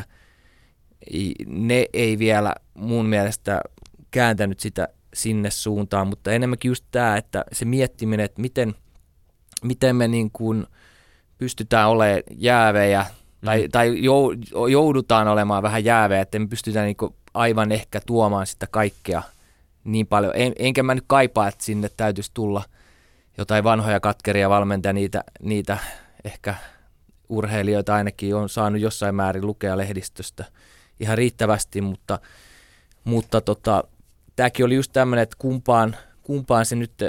Ne ei vielä mun mielestä kääntänyt sitä sinne suuntaan, mutta enemmänkin just tämä, että se miettiminen, että miten me niin kuin pystytään olemaan jäävejä tai joudutaan olemaan vähän jäävejä, että me pystytään niin kuin aivan ehkä tuomaan sitä kaikkea niin paljon. Enkä mä nyt kaipaa, että sinne täytyisi tulla jotain vanhoja katkeria valmentajia, niitä ehkä urheilijoita ainakin on saanut jossain määrin lukea lehdistöstä ihan riittävästi, mutta tämäkin oli just tämmöinen, että kumpaan se nyt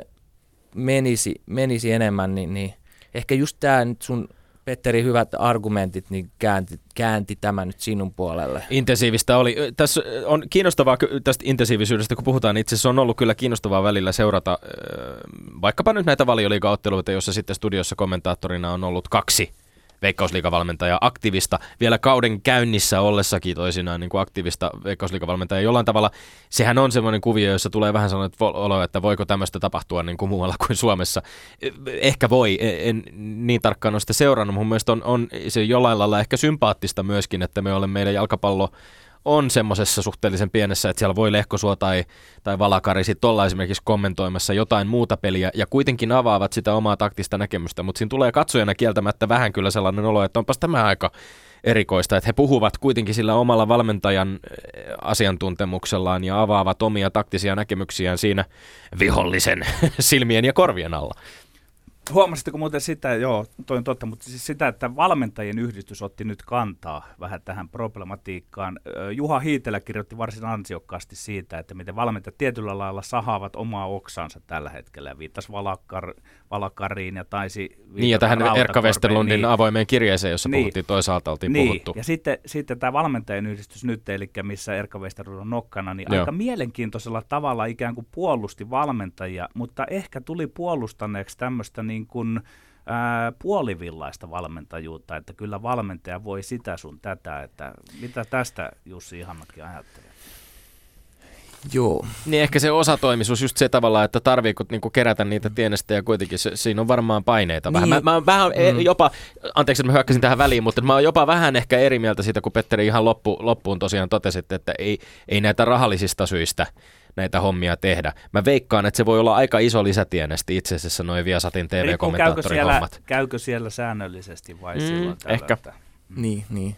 menisi enemmän, niin ehkä just tämä nyt sun Petteri hyvät argumentit niin käänti tämän nyt sinun puolelle. Intensiivistä oli. Tässä on kiinnostavaa tästä intensiivisyydestä, kun puhutaan. Itse asiassa on ollut kyllä kiinnostavaa välillä seurata vaikkapa nyt näitä Valioliiga-otteluita, jossa sitten studiossa kommentaattorina on ollut 2 Veikkausliigavalmentajaa aktiivista, vielä kauden käynnissä ollessakin toisinaan niin kuin aktiivista Veikkausliigavalmentajaa. Jollain tavalla sehän on semmoinen kuvio, jossa tulee vähän sellainen olo, että voiko tämmöistä tapahtua niin kuin muualla kuin Suomessa. Ehkä voi, en niin tarkkaan ole sitä seurannut, mutta mun mielestä on se jollain lailla ehkä sympaattista myöskin, että meidän jalkapallo on semmoisessa suhteellisen pienessä, että siellä voi Lehkosuo tai Valakari sitten olla esimerkiksi kommentoimassa jotain muuta peliä ja kuitenkin avaavat sitä omaa taktista näkemystä, mutta siinä tulee katsojana kieltämättä vähän kyllä sellainen olo, että onpas tämä aika erikoista, että he puhuvat kuitenkin sillä omalla valmentajan asiantuntemuksellaan ja avaavat omia taktisia näkemyksiään siinä vihollisen silmien ja korvien alla. Huomasitteko muuten sitä, joo, toi on totta, mutta siis sitä, että valmentajien yhdistys otti nyt kantaa vähän tähän problematiikkaan. Juha Hiitelä kirjoitti varsin ansiokkaasti siitä, että miten valmentajat tietyllä lailla sahaavat omaa oksaansa tällä hetkellä ja viittasi Valakariin ja taisi niin ja tähän Erkka Westerlundin avoimeen kirjeeseen, jossa puhuttiin toisaalta oltiin puhuttu. Ja sitten tämä valmentajien yhdistys nyt, eli missä Erkka Westerlund on nokkana, niin aika mielenkiintoisella tavalla ikään kuin puolusti valmentajia, mutta ehkä tuli puolustaneeksi tämmöistä niin kuin puolivillaista valmentajuutta, että kyllä valmentaja voi sitä sun tätä, että mitä tästä Jussi Ihamäki ajattelee? Joo. Niin ehkä se osatoimisuus just se tavalla, että tarviiko niinku kerätä niitä tienestä ja kuitenkin siinä on varmaan paineita vähän. Niin. Mä oon vähän jopa, anteeksi, että mä hyökkäsin tähän väliin, mutta mä oon jopa vähän ehkä eri mieltä siitä, kun Petteri ihan loppuun tosiaan totesit, että ei näitä rahallisista syistä näitä hommia tehdä. Mä veikkaan, että se voi olla aika iso lisätienesti itse asiassa noin Viasatin TV-kommentaattorin hommat. Käykö siellä säännöllisesti vai silloin tällä? Ehkä. Niin.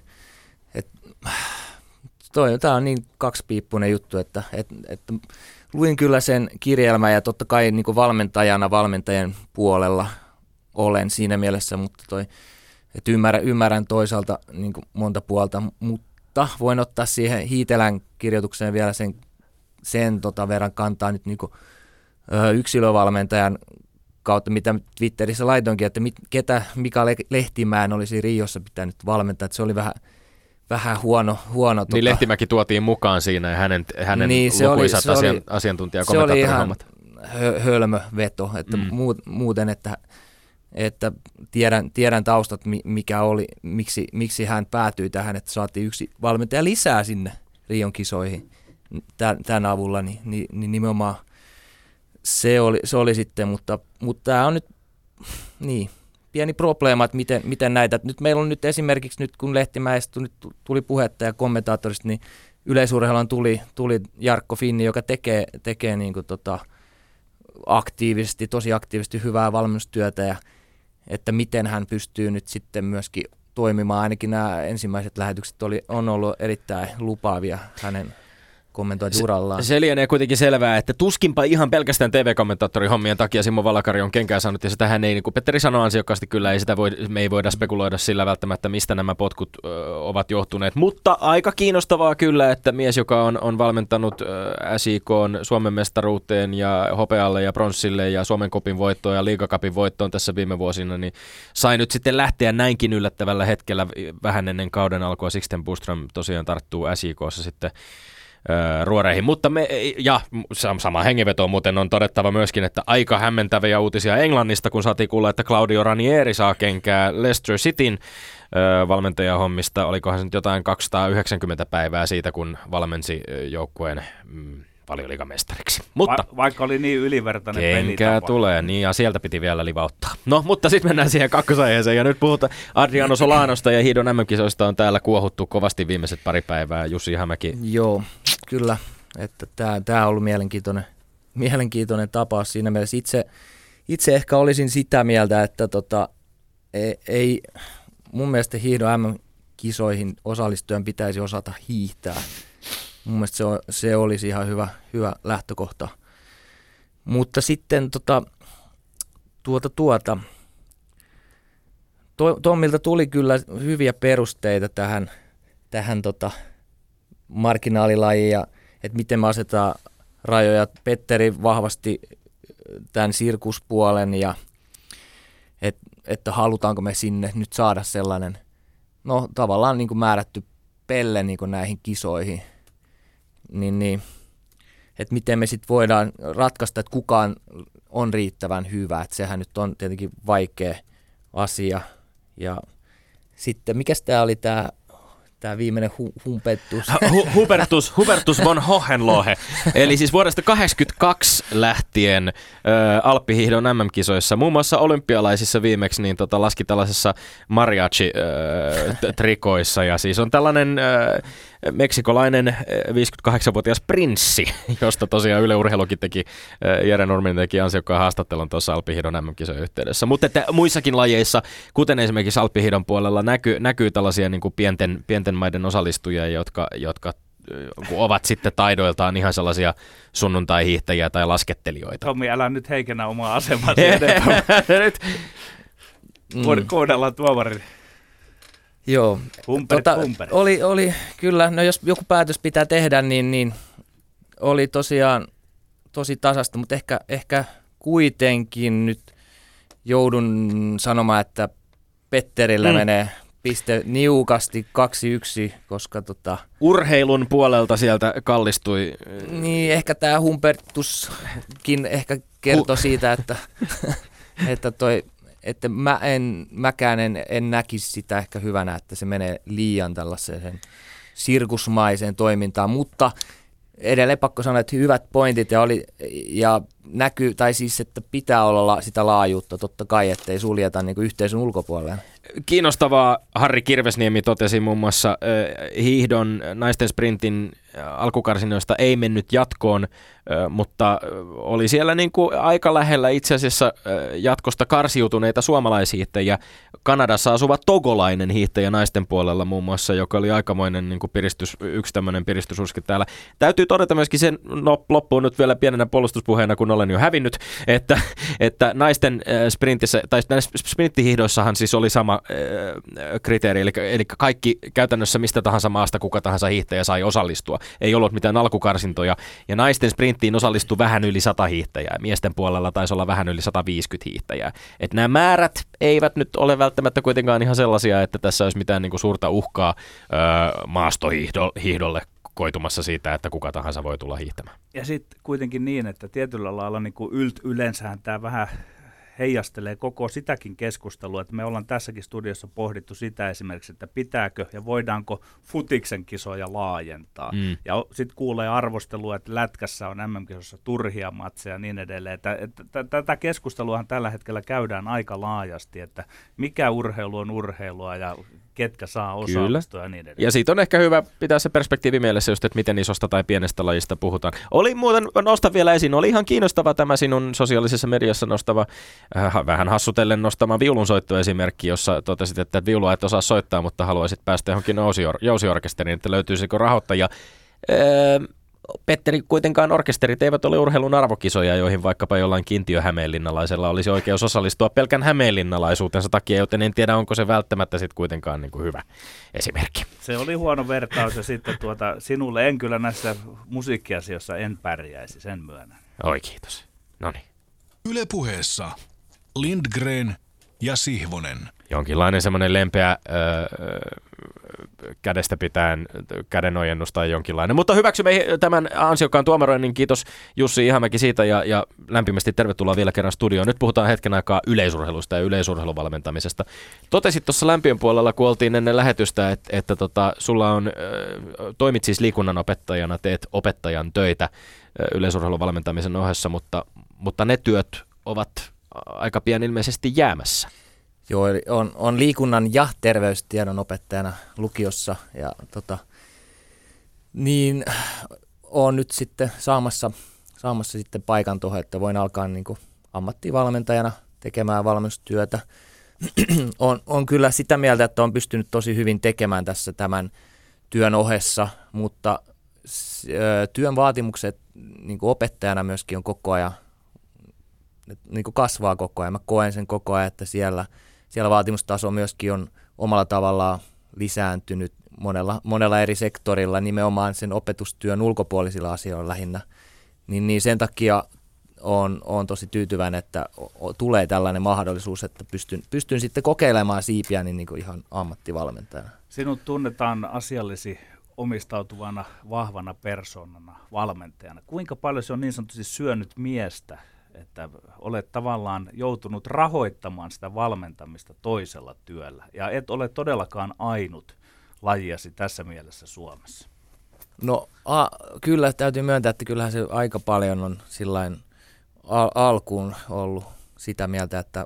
Tämä on niin kaksipiippunen juttu, että luin kyllä sen kirjelmän ja totta kai niin kuin valmentajan puolella olen siinä mielessä, mutta että ymmärrän toisaalta niin kuin monta puolta, mutta voin ottaa siihen Hiitelän kirjoitukseen vielä sen sen verran kantaa nyt niinku, yksilövalmentajan kautta, mitä Twitterissä laitoinkin, että Mika Lehtimäen olisi Riossa pitänyt valmentaa, että se oli vähän huono. Niin Lehtimäki tuotiin mukaan siinä ja hänen niin, lukuisat asiantuntijakommentaattorihommat. Se oli ihan hölmö veto, että muuten, että tiedän taustat, mikä oli, miksi hän päätyi tähän, että saatiin yksi valmentaja lisää sinne Rion kisoihin tämän avulla, niin nimenomaan se oli sitten, mutta tämä on nyt niin pieni probleema, että miten näitä, nyt meillä on nyt esimerkiksi nyt kun Lehtimäestä nyt tuli puhetta ja kommentaattorista, niin Yleisurheiluun tuli Jarkko Finni, joka tekee niin kuin tosi aktiivisesti hyvää valmennustyötä ja että miten hän pystyy nyt sitten myöskin toimimaan, ainakin nämä ensimmäiset lähetykset on ollut erittäin lupaavia hänen kommentointiurallaan. Se lienee kuitenkin selvää, että tuskinpa ihan pelkästään TV-kommentaattorihommien takia Simo Valakari on kenkään saanut, ja sitähän ei, niin kuin Petteri sanoi ansiokkaasti kyllä, me ei voida spekuloida sillä välttämättä, mistä nämä potkut ovat johtuneet, mutta aika kiinnostavaa kyllä, että mies, joka on valmentanut SIK:n Suomen mestaruuteen ja hopealle ja pronssille ja Suomen kopin voittoon ja liigacupin voittoon tässä viime vuosina, niin sai nyt sitten lähteä näinkin yllättävällä hetkellä vähän ennen kauden alkua. Sixten Buström tosiaan tarttuu SIK:ssa sitten ruoreihin, mutta sama hengenveto muuten on todettava myöskin, että aika hämmentäviä uutisia Englannista, kun saatiin kuulla, että Claudio Ranieri saa kenkää Leicester Cityn valmentajahommista. Olikohan se nyt jotain 290 päivää siitä, kun valmensi joukkueen valioliigamestariksi. Mutta vaikka oli niin ylivertainen pelitapa. Kenkää tulee, niin ja sieltä piti vielä livauttaa. No, mutta sitten mennään siihen kakkosaiheeseen ja nyt puhutaan Adriano Solanosta ja hiidon MM-kisoista on täällä kuohuttu kovasti viimeiset pari päivää. Jussi Hämäki. Joo, kyllä. Että tämä on ollut mielenkiintoinen tapaus siinä mielessä. Itse ehkä olisin sitä mieltä, että ei mun mielestä hiidon MM-kisoihin osallistujan pitäisi osata hiihtää. Mun mielestä se olisi ihan hyvä lähtökohta. Mutta sitten Tommilta tuli kyllä hyviä perusteita tähän marginaalilajiin ja että miten me asetetaan rajoja. Petteri vahvasti tämän sirkuspuolen ja että halutaanko me sinne nyt saada sellainen, no tavallaan niin kuin määrätty pelle niin kuin näihin kisoihin. Niin, että miten me sitten voidaan ratkaista, että kukaan on riittävän hyvä, että sehän nyt on tietenkin vaikea asia. Ja sitten, mikäs tämä oli tämä viimeinen Hubertus von Hohenlohe. Eli siis vuodesta 1982 lähtien alppihiihdon MM-kisoissa, muun muassa olympialaisissa viimeksi, niin laski tällaisessa mariachi-trikoissa. Ja siis on tällainen meksikolainen 58-vuotias prinssi, josta tosiaan Yle Urheilukin Jere Nurminen teki ansiokkaan haastattelun tuossa alppihiihdon MM-kisojen yhteydessä. Mutta että muissakin lajeissa, kuten esimerkiksi alppihiihdon puolella, näkyy tällaisia niin kuin pienten maiden osallistujia, jotka ovat sitten taidoiltaan ihan sellaisia sunnuntai-hiihtäjiä tai laskettelijoita. Tommi, älä nyt heikennä omaa asemasi edempää. Kuunnellaan tuomarin. Joo, oli kyllä, no jos joku päätös pitää tehdä, niin oli tosiaan tosi tasasta, mutta ehkä kuitenkin nyt joudun sanomaan, että Petterillä menee piste niukasti 2-1, koska urheilun puolelta sieltä kallistui. Niin, ehkä tämä Humbertuskin ehkä kertoi siitä, että mäkään en näkisi sitä ehkä hyvänä, että se menee liian tällaiseen sirkusmaiseen toimintaan, mutta edelleen pakko sanoa, että hyvät pointit ja näkyy, tai siis, että pitää olla sitä laajuutta totta kai, ettei suljeta niin kuin yhteisön ulkopuolelle. Kiinnostavaa Harri Kirvesniemi totesi muun muassa hiihdon naisten sprintin alkukarsinoista ei mennyt jatkoon, mutta oli siellä niin kuin aika lähellä itse asiassa jatkosta karsiutuneita suomalaishiihtäjiä. Kanadassa asuva togolainen hiihtäjä naisten puolella muun muassa, joka oli aikamoinen niin kuin yksi tämmöinen piristysuski täällä. Täytyy todeta myöskin sen, loppuun nyt vielä pienenä puolustuspuheena, kun olen jo hävinnyt, että naisten sprintissä, tai näissä sprinttihiihdoissahan siis oli sama kriteeri, eli kaikki käytännössä mistä tahansa maasta kuka tahansa hiihtäjä sai osallistua. Ei ollut mitään alkukarsintoja, ja naisten sprinttiin osallistui vähän yli 100 hiihtäjää. Miesten puolella taisi olla vähän yli 150 hiihtäjää. Että nämä määrät eivät nyt ole välttämättä kuitenkaan ihan sellaisia, että tässä olisi mitään niin kuin suurta uhkaa maastohiihdolle koitumassa siitä, että kuka tahansa voi tulla hiihtämään. Ja sitten kuitenkin niin, että tietyllä lailla niin kuin yleensähän tämä vähän heijastelee koko sitäkin keskustelua, että me ollaan tässäkin studiossa pohdittu sitä esimerkiksi, että pitääkö ja voidaanko futiksen kisoja laajentaa. Ja sitten kuulee arvostelua, että lätkässä on MM-kisossa turhia matseja ja niin edelleen. Tätä keskusteluahan tällä hetkellä käydään aika laajasti, että mikä urheilu on urheilua ja ketkä saa osallistua ja niin edelleen. Ja siitä on ehkä hyvä pitää se perspektiivi mielessä just, että miten isosta tai pienestä lajista puhutaan. Oli muuten, nostan vielä esiin, oli ihan kiinnostava tämä sinun sosiaalisessa mediassa nostava, vähän hassutellen nostama viulunsoittoesimerkki, jossa totesit, että viulua et osaa soittaa, mutta haluaisit päästä johonkin jousiorkesteriin, että löytyisikö rahoittajia. Petteri, kuitenkaan orkesterit eivät ole urheilun arvokisoja, joihin vaikkapa jollain kiintiöhämeenlinnalaisella olisi oikeus osallistua pelkän hämeenlinnalaisuutensa takia, joten en tiedä, onko se välttämättä sitten kuitenkaan niin kuin hyvä esimerkki. Se oli huono vertaus ja sitten sinulle en kyllä näissä musiikkiasioissa en pärjäisi, sen myönnän. Oi, kiitos. Noniin. Yle Puheessa Lindgren ja Sihvonen. Jonkinlainen semmoinen lempeä kädestä pitäen kädenojennus tai jonkinlainen. Mutta hyväksymme tämän ansiokkaan tuomaroinnin. Kiitos Jussi Ihamäki siitä ja lämpimästi tervetuloa vielä kerran studioon. Nyt puhutaan hetken aikaa yleisurheilusta ja yleisurheiluvalmentamisesta. Totesit tuossa lämpiön puolella, kun oltiin ennen lähetystä, että sulla on, toimit siis liikunnanopettajana, teet opettajan töitä yleisurheiluvalmentamisen ohessa, mutta ne työt ovat aika pian ilmeisesti jäämässä. Joo, eli on liikunnan ja terveystiedon opettajana lukiossa ja niin olen nyt sitten saamassa sitten paikan tuohon, että voin alkaa niin kuin ammattivalmentajana tekemään valmennustyötä. on kyllä sitä mieltä, että olen pystynyt tosi hyvin tekemään tässä tämän työn ohessa, mutta työn vaatimukset niin kuin opettajana myöskin on koko ajan, niin kuin kasvaa koko ajan. Mä koen sen koko ajan, että siellä vaatimustaso myöskin on omalla tavallaan lisääntynyt monella eri sektorilla, nimenomaan sen opetustyön ulkopuolisilla asioilla lähinnä. Niin sen takia on tosi tyytyväinen, että tulee tällainen mahdollisuus, että pystyn sitten kokeilemaan siipiäni niin kuin ihan ammattivalmentajana. Sinut tunnetaan asiallisi omistautuvana, vahvana persoonana, valmentajana. Kuinka paljon se on niin sanotusti syönyt miestä, että olet tavallaan joutunut rahoittamaan sitä valmentamista toisella työllä, ja et ole todellakaan ainut lajiasi tässä mielessä Suomessa? No kyllä täytyy myöntää, että kyllähän se aika paljon on sillain alkuun ollut sitä mieltä, että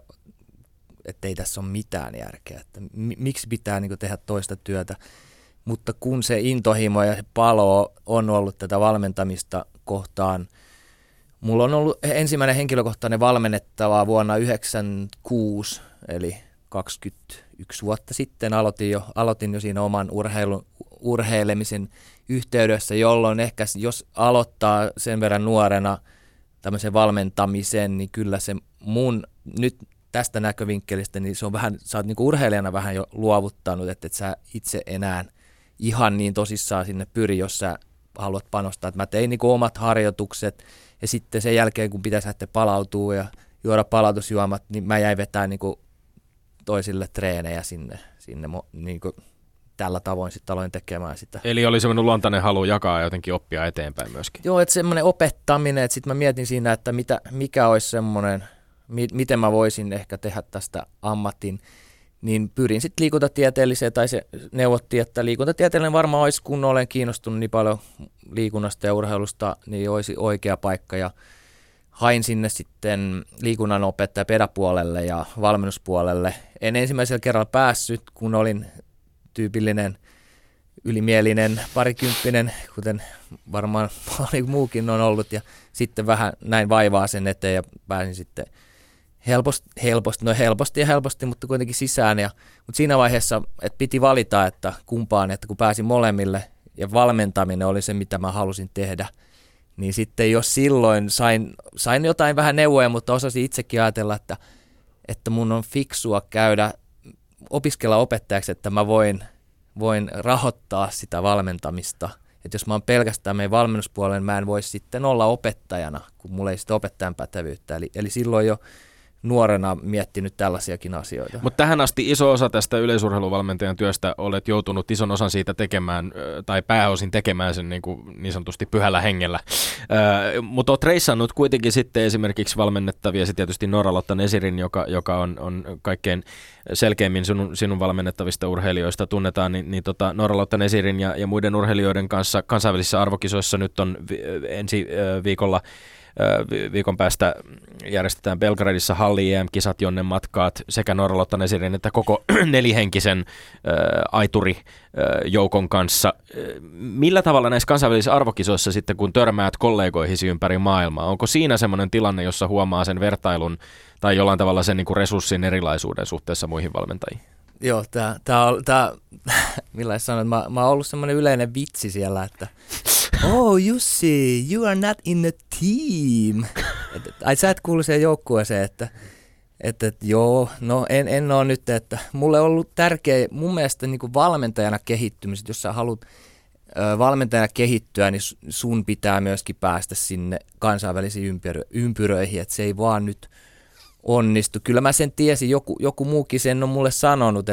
ei tässä ole mitään järkeä, että miksi pitää niin kuin tehdä toista työtä, mutta kun se intohimo ja se palo on ollut tätä valmentamista kohtaan. Mulla on ollut ensimmäinen henkilökohtainen valmennettava vuonna 1996, eli 21 vuotta sitten aloitin jo siinä oman urheilemisen yhteydessä, jolloin ehkä jos aloittaa sen verran nuorena tämmöisen valmentamisen, niin kyllä se mun nyt tästä näkövinkkelistä, niin se on vähän, sä oot niinku urheilijana vähän jo luovuttanut, että et sä itse enää ihan niin tosissaan sinne pyri, jos sä haluat panostaa. Että mä tein niinku omat harjoitukset ja sitten sen jälkeen, kun pitäisi lähteä palautua ja juoda palautusjuomat, niin mä jäin vetämään niinku toisille treenejä sinne niinku tällä tavoin sitten aloin tekemään sitä. Eli oli semmoinen luontainen halu jakaa ja jotenkin oppia eteenpäin myöskin. Joo, että semmoinen opettaminen, että sitten mä mietin siinä, että mikä olisi semmoinen, miten mä voisin ehkä tehdä tästä ammatin, niin pyrin sitten liikuntatieteelliseen, tai se neuvottiin, että liikuntatieteellinen varmaan olisi, kun olen kiinnostunut niin paljon liikunnasta ja urheilusta, niin olisi oikea paikka, ja hain sinne sitten liikunnanopettaja pedapuolelle ja valmennuspuolelle. En ensimmäisellä kerralla päässyt, kun olin tyypillinen ylimielinen parikymppinen, kuten varmaan moni muukin on ollut, ja sitten vähän näin vaivaa sen eteen ja pääsin sitten helposti, mutta kuitenkin sisään. Mutta siinä vaiheessa, että piti valita, että kumpaan, että kun pääsin molemmille ja valmentaminen oli se, mitä mä halusin tehdä, Niin sitten jos silloin sain jotain vähän neuvoja, mutta osasin itsekin ajatella, että mun on fiksua opiskella opettajaksi, että mä voin rahoittaa sitä valmentamista. Että jos mä oon pelkästään meidän valmennuspuolella, niin mä en voi sitten olla opettajana, kun mulla ei sitä opettajan pätevyyttä. Eli silloin jo nuorena miettinyt tällaisiakin asioita. Mutta tähän asti iso osa tästä yleisurheiluvalmentajan työstä olet joutunut ison osan siitä tekemään, tai pääosin tekemään sen niin sanotusti pyhällä hengellä. Mutta olet reissannut kuitenkin sitten esimerkiksi valmennettavia, se tietysti Noora-Lotta Nesirin, joka on kaikkein selkeimmin sinun valmennettavista urheilijoista tunnetaan, niin Noora-Lotta Nesirin ja muiden urheilijoiden kanssa kansainvälisissä arvokisoissa nyt on ensi viikon päästä järjestetään Belgradissa halli EM-kisat, jonne matkaat sekä Noora-Lotta Nesirin että koko nelihenkisen aiturijoukon kanssa. Millä tavalla näissä kansainvälisissä arvokisoissa sitten, kun törmäät kollegoihisi ympäri maailmaa, onko siinä semmoinen tilanne, jossa huomaa sen vertailun tai jollain tavalla sen niin kuin resurssin erilaisuuden suhteessa muihin valmentajiin? Joo, millä sanoin, mä oon ollut semmoinen yleinen vitsi siellä, että Jussi, you are not in a team. Ai sä et kuulu siihen joukkueeseen, että joo, no en ole nyt, että mulle on ollut tärkeä mun mielestä niin kuin valmentajana kehittymiset, jos sä haluat valmentajana kehittyä, niin sun pitää myöskin päästä sinne kansainvälisiin ympyröihin, että se ei vaan nyt onnistu. Kyllä mä sen tiesin, joku muukin sen on mulle sanonut,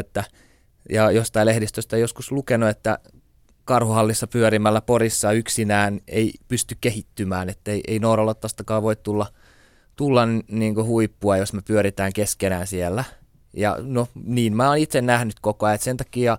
ja jostain lehdistöstä joskus lukenut, että Karhuhallissa pyörimällä Porissa yksinään ei pysty kehittymään, että ei Noora-Lottastakaan voi tulla niin kuin huippua, jos me pyöritään keskenään siellä. Ja no niin, mä oon itse nähnyt koko ajan, että sen takia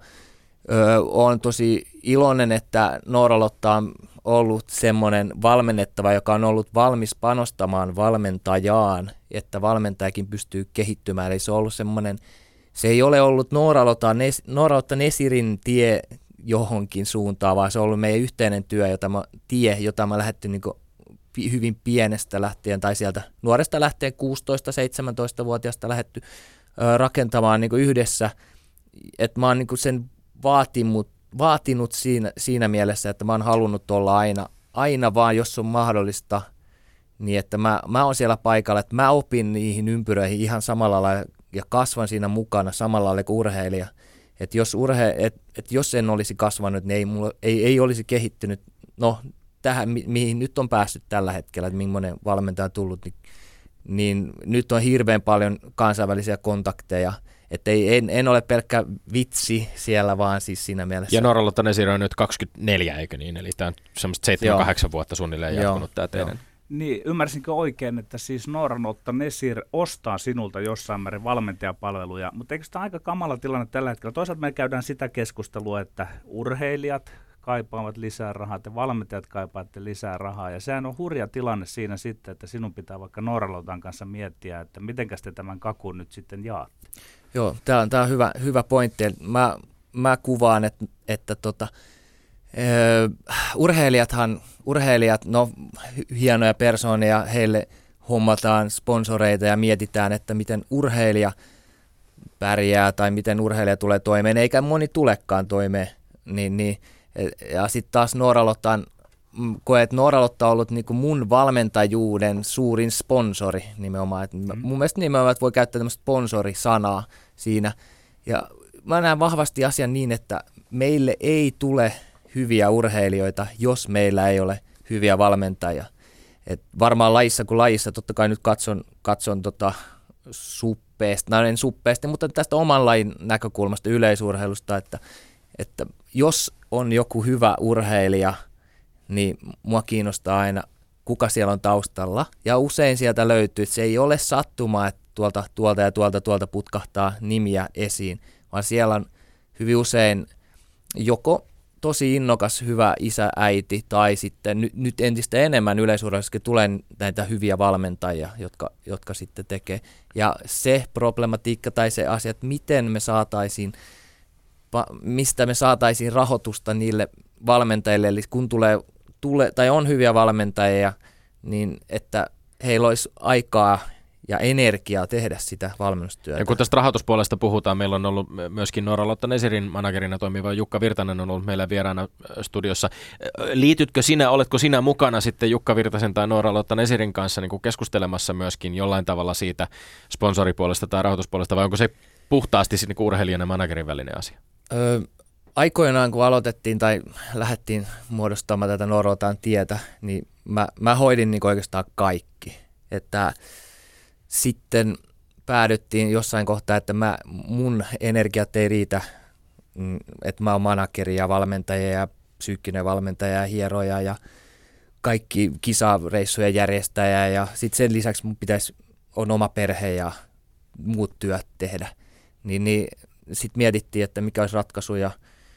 oon tosi iloinen, että Noora-Lotta on ollut semmoinen valmennettava, joka on ollut valmis panostamaan valmentajaan, että valmentajakin pystyy kehittymään. Eli se on ollut semmoinen, se ei ole ollut Noora-Lotta Nesirin tie johonkin suuntaan, vaan se on ollut meidän yhteinen työ, jota mä lähdetty niin kuin hyvin pienestä lähtien, tai sieltä nuoresta lähtien 16-17-vuotiaasta lähdetty rakentamaan niin kuin yhdessä, että mä oon niin kuin sen vaatinut siinä mielessä, että mä oon halunnut olla aina vaan, jos on mahdollista, niin että mä oon siellä paikalla, että mä opin niihin ympyröihin ihan samalla lailla ja kasvan siinä mukana samalla lailla kuin urheilija. Että jos en olisi kasvanut, niin ei olisi kehittynyt tähän, mihin nyt on päässyt tällä hetkellä, että millainen valmentaja on tullut, niin nyt on hirveän paljon kansainvälisiä kontakteja. Että en ole pelkkä vitsi siellä, vaan siis siinä mielessä. Ja Noora-Lotta Nesir on nyt 24, eikö niin? Eli tämä on semmoista 7-8 vuotta suunnilleen jatkunut tämä teidän. Niin, ymmärsinkö oikein, että siis Noora-Lotta Nesir ostaa sinulta jossain määrin valmentajapalveluja, mutta eikö tämä aika kamala tilanne tällä hetkellä? Toisaalta me käydään sitä keskustelua, että urheilijat kaipaavat lisää rahaa, te valmentajat kaipaatte lisää rahaa, ja sehän on hurja tilanne siinä sitten, että sinun pitää vaikka Noora-Lotan kanssa miettiä, että mitenkäs te tämän kakun nyt sitten jaatte. Joo, tämä on hyvä pointti. Mä kuvaan, että urheilijat, hienoja persoonia, heille hommataan sponsoreita ja mietitään, että miten urheilija pärjää tai miten urheilija tulee toimeen, eikä moni tulekaan toimeen. Ja sitten taas Noora-Lotta on ollut niinku mun valmentajuuden suurin sponsori nimenomaan. Mun mielestä nimenomaan voi käyttää tämmöistä sponsorisanaa siinä. Ja mä näen vahvasti asian niin, että meille ei tule hyviä urheilijoita, jos meillä ei ole hyviä valmentajia. Et varmaan lajissa kuin lajissa, totta kai nyt katson suppeasti, en suppeasti, mutta tästä oman lajin näkökulmasta yleisurheilusta, että jos on joku hyvä urheilija, niin mua kiinnostaa aina, kuka siellä on taustalla. Ja usein sieltä löytyy, että se ei ole sattumaa, että tuolta putkahtaa nimiä esiin, vaan siellä on hyvin usein joko tosi innokas, hyvä isä, äiti, tai sitten nyt entistä enemmän yleisurheilussa tulee näitä hyviä valmentajia, jotka sitten tekee. Ja se problematiikka tai se asia, että mistä me saataisiin rahoitusta niille valmentajille, eli kun tulee tai on hyviä valmentajia, niin että heillä olisi aikaa ja energiaa tehdä sitä valmennustyötä. Ja kun tästä rahoituspuolesta puhutaan, meillä on ollut myöskin Noora-Lotta Nesirin managerina toimiva Jukka Virtanen on ollut meillä vieraana studiossa. Liitytkö sinä, oletko sinä mukana sitten Jukka Virtasen tai Noora-Lotta Nesirin kanssa niin kuin keskustelemassa myöskin jollain tavalla siitä sponsoripuolesta tai rahoituspuolesta, vai onko se puhtaasti niin kuin urheilijan ja managerin välinen asia? Aikoinaan, kun aloitettiin tai lähdettiin muodostamaan tätä Noora-Lotan tietä, niin mä hoidin niin oikeastaan kaikki. Että sitten päädyttiin jossain kohtaa, että mun energiat ei riitä, että mä oon manageri ja valmentaja ja psyykkinen valmentaja ja hieroja ja kaikki kisareissujen järjestäjä ja sitten sen lisäksi mun on oma perhe ja muut työt tehdä. Niin sitten mietittiin, että mikä olisi ratkaisu ja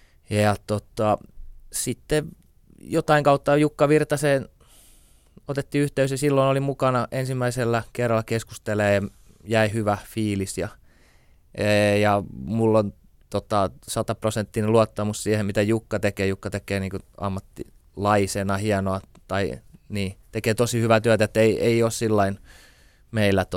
sitten jotain kautta Jukka Virtaseen otettiin yhteys ja silloin oli mukana ensimmäisellä kerralla keskustelemaan ja jäi hyvä fiilis ja mulla on 100% luottamus siihen, mitä Jukka tekee. Jukka tekee niin kuin ammattilaisena hienoa tai niin, tekee tosi hyvää työtä, että ei ole sillain meillä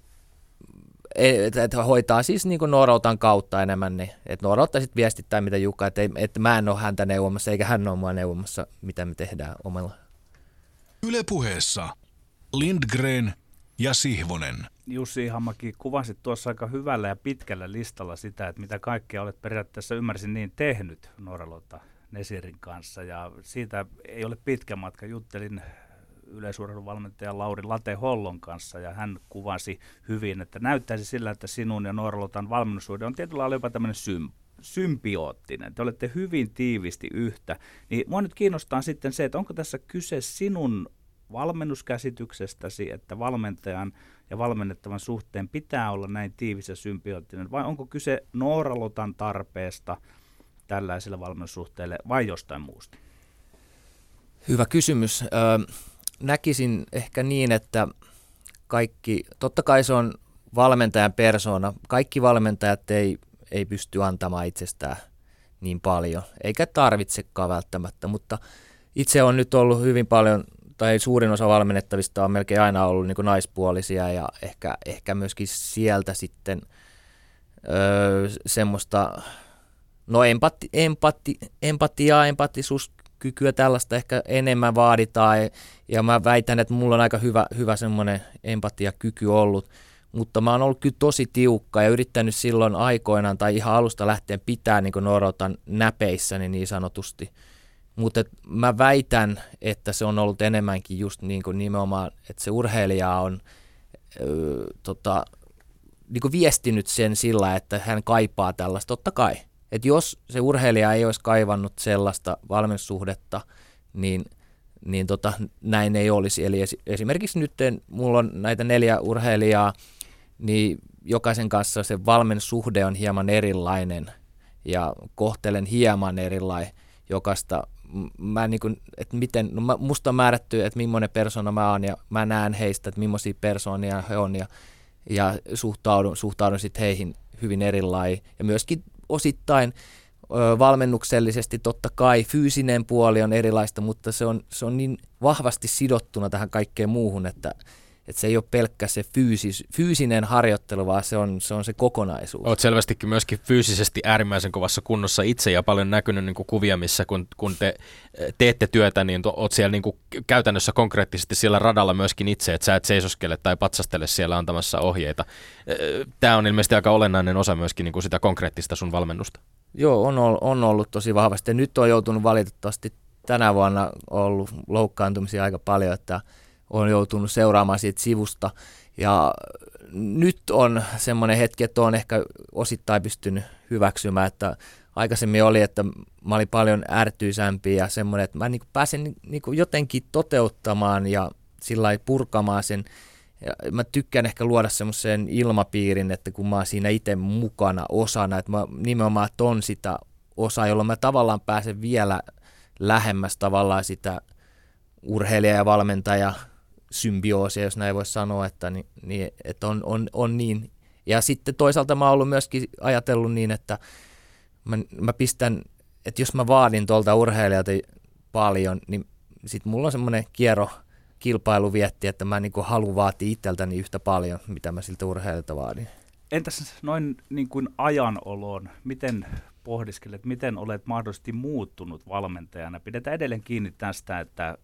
että hoitaa siis niin kuin Noora-Lotan kautta enemmän, niin että Noora-Lotta sitten viestittää mitä Jukka, että mä en ole häntä neuvomassa eikä hän ole mua neuvomassa, mitä me tehdään omalla. Yle Puheessa Lindgren ja Sihvonen. Jussi Hamaki, kuvasit tuossa aika hyvällä ja pitkällä listalla sitä, että mitä kaikkea olet periaatteessa, ymmärsin niin, tehnyt Noora-Lotta Nesirin kanssa. Ja siitä ei ole pitkä matka. Juttelin yleisurheiluvalmentaja Lauri Late-Hollon kanssa ja hän kuvasi hyvin, että näyttäisi sillä, että sinun ja Noora-Lotan valmennussuhde on tietyllä lailla jopa tämmöinen symbioottinen. Te olette hyvin tiivisti yhtä. Niin mua nyt kiinnostaa sitten se, että onko tässä kyse sinun valmennuskäsityksestäsi, että valmentajan ja valmennettavan suhteen pitää olla näin tiivis ja symbioottinen, vai onko kyse Noora-Lotan tarpeesta tällaiselle valmennussuhteelle vai jostain muusta? Hyvä kysymys. Näkisin ehkä niin, että totta kai se on valmentajan persoona. Kaikki valmentajat ei pysty antamaan itsestään niin paljon, eikä tarvitsekaan välttämättä, mutta itse on nyt ollut hyvin paljon, tai suurin osa valmennettavista on melkein aina ollut niin kuin naispuolisia ja ehkä myöskin sieltä sitten semmoista empatisuuskykyä tällaista ehkä enemmän vaaditaan ja mä väitän, että mulla on aika hyvä semmoinen empatiakyky ollut, mutta mä oon ollut kyllä tosi tiukka ja yrittänyt silloin aikoinaan tai ihan alusta lähtien pitää niin kuin Noora-Lotan näpeissäni niin sanotusti. Mutta mä väitän, että se on ollut enemmänkin just niin kuin nimenomaan, että se urheilija on niin kuin viestinyt sen sillä, että hän kaipaa tällaista, totta kai. Että jos se urheilija ei olisi kaivannut sellaista valmennussuhdetta, niin näin ei olisi. Eli esimerkiksi nyt mulla on näitä 4 urheilijaa, niin jokaisen kanssa se valmennussuhde on hieman erilainen ja kohtelen hieman erilainen jokaista. Musta on määrätty, että millainen persona mä oon ja mä näen heistä, että millaisia persoonia he on ja suhtaudun sitten heihin hyvin erilainen. Ja myöskin osittain valmennuksellisesti totta kai fyysinen puoli on erilaista, mutta se on niin vahvasti sidottuna tähän kaikkeen muuhun, että se ei ole pelkkä se fyysinen harjoittelu, vaan se on se kokonaisuus. Olet selvästikin myöskin fyysisesti äärimmäisen kovassa kunnossa itse ja paljon näkynyt niin kuin kuvia, missä kun te teette työtä, niin olet siellä niin kuin käytännössä konkreettisesti siellä radalla myöskin itse, että sä et seisoskele tai patsastele siellä antamassa ohjeita. Tämä on ilmeisesti aika olennainen osa myöskin niin kuin sitä konkreettista sun valmennusta. Joo, on ollut tosi vahvasti. Nyt on joutunut valitettavasti tänä vuonna ollut loukkaantumisia aika paljon, että olen joutunut seuraamaan siitä sivusta ja nyt on semmoinen hetki, että olen ehkä osittain pystynyt hyväksymään, että aikaisemmin oli, että mä olin paljon ärtyisämpi ja semmoinen, että mä pääsen jotenkin toteuttamaan ja sillä lailla purkamaan sen. Ja mä tykkään ehkä luoda semmoisen ilmapiirin, että kun mä oon siinä itse mukana osana, että mä nimenomaan ton sitä osaa, jolloin mä tavallaan pääsen vielä lähemmäs tavallaan sitä urheilija ja valmentaja symbioosia, jos näin voisi sanoa, että on niin. Ja sitten toisaalta mä oon ollut myöskin ajatellut niin, että mä pistän, että jos mä vaadin tuolta urheilijalta paljon, niin sitten mulla on semmoinen kilpailuvietti, että mä niin kuin haluan vaatia itseltäni yhtä paljon, mitä mä siltä urheilijalta vaadin. Entäs noin niin kuin ajanolon, miten pohdiskelet, miten olet mahdollisesti muuttunut valmentajana? Pidetään edelleen kiinni tästä, että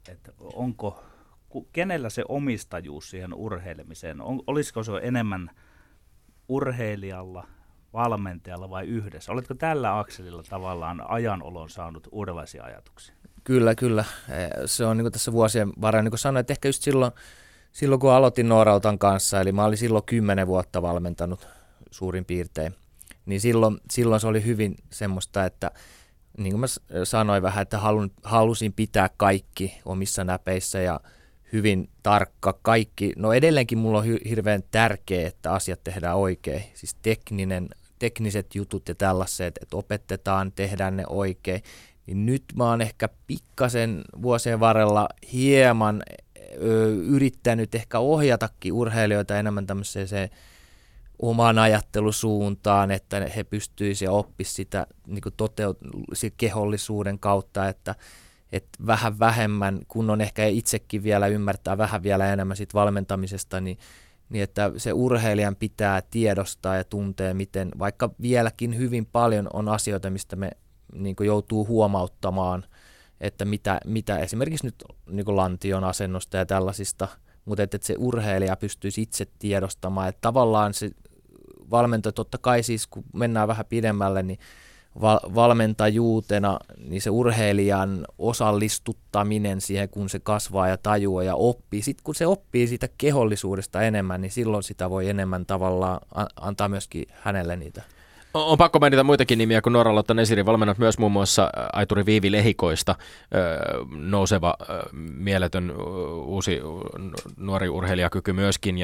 kenellä se omistajuus siihen urheilemiseen, olisiko se enemmän urheilijalla, valmentajalla vai yhdessä? Oletko tällä akselilla tavallaan ajanolon saanut uudenlaisia ajatuksia? Kyllä. Se on niin kuin tässä vuosien varrella, niin kuin sanoin, että ehkä just silloin kun aloitin Norraltan kanssa, eli mä olin silloin 10 vuotta valmentanut suurin piirtein, niin silloin se oli hyvin semmoista, että niin kuin mä sanoin vähän, että halusin pitää kaikki omissa näpeissä ja hyvin tarkka kaikki. No edelleenkin mulla on hirveän tärkeää, että asiat tehdään oikein, siis tekniset jutut ja tällaiset, että opetetaan, tehdään ne oikein. Niin nyt mä oon ehkä pikkasen vuosien varrella hieman yrittänyt ehkä ohjatakin urheilijoita enemmän tämmöiseen omaan ajattelusuuntaan, että he pystyisivät oppisivat sitä niin kehollisuuden kautta, että vähän vähemmän, kun on ehkä itsekin vielä ymmärtää vähän vielä enemmän siitä valmentamisesta, niin että se urheilijan pitää tiedostaa ja tuntea, miten vaikka vieläkin hyvin paljon on asioita, mistä me niin kuin joutuu huomauttamaan, että mitä esimerkiksi nyt niin kuin lantion asennosta ja tällaisista, mutta että se urheilija pystyisi itse tiedostamaan, että tavallaan se valmentaja totta kai siis, kun mennään vähän pidemmälle, niin valmentajuutena, niin se urheilijan osallistuttaminen siihen, kun se kasvaa ja tajuaa ja oppii. Sitten kun se oppii siitä kehollisuudesta enemmän, niin silloin sitä voi enemmän tavallaan antaa myöskin hänelle niitä. On pakko mainita muitakin nimiä kuin Norralotta Nesiri, valmennat myös muun muassa aituri Viivi Lehikoista, nouseva, mieletön uusi nuori urheilijakyky myöskin.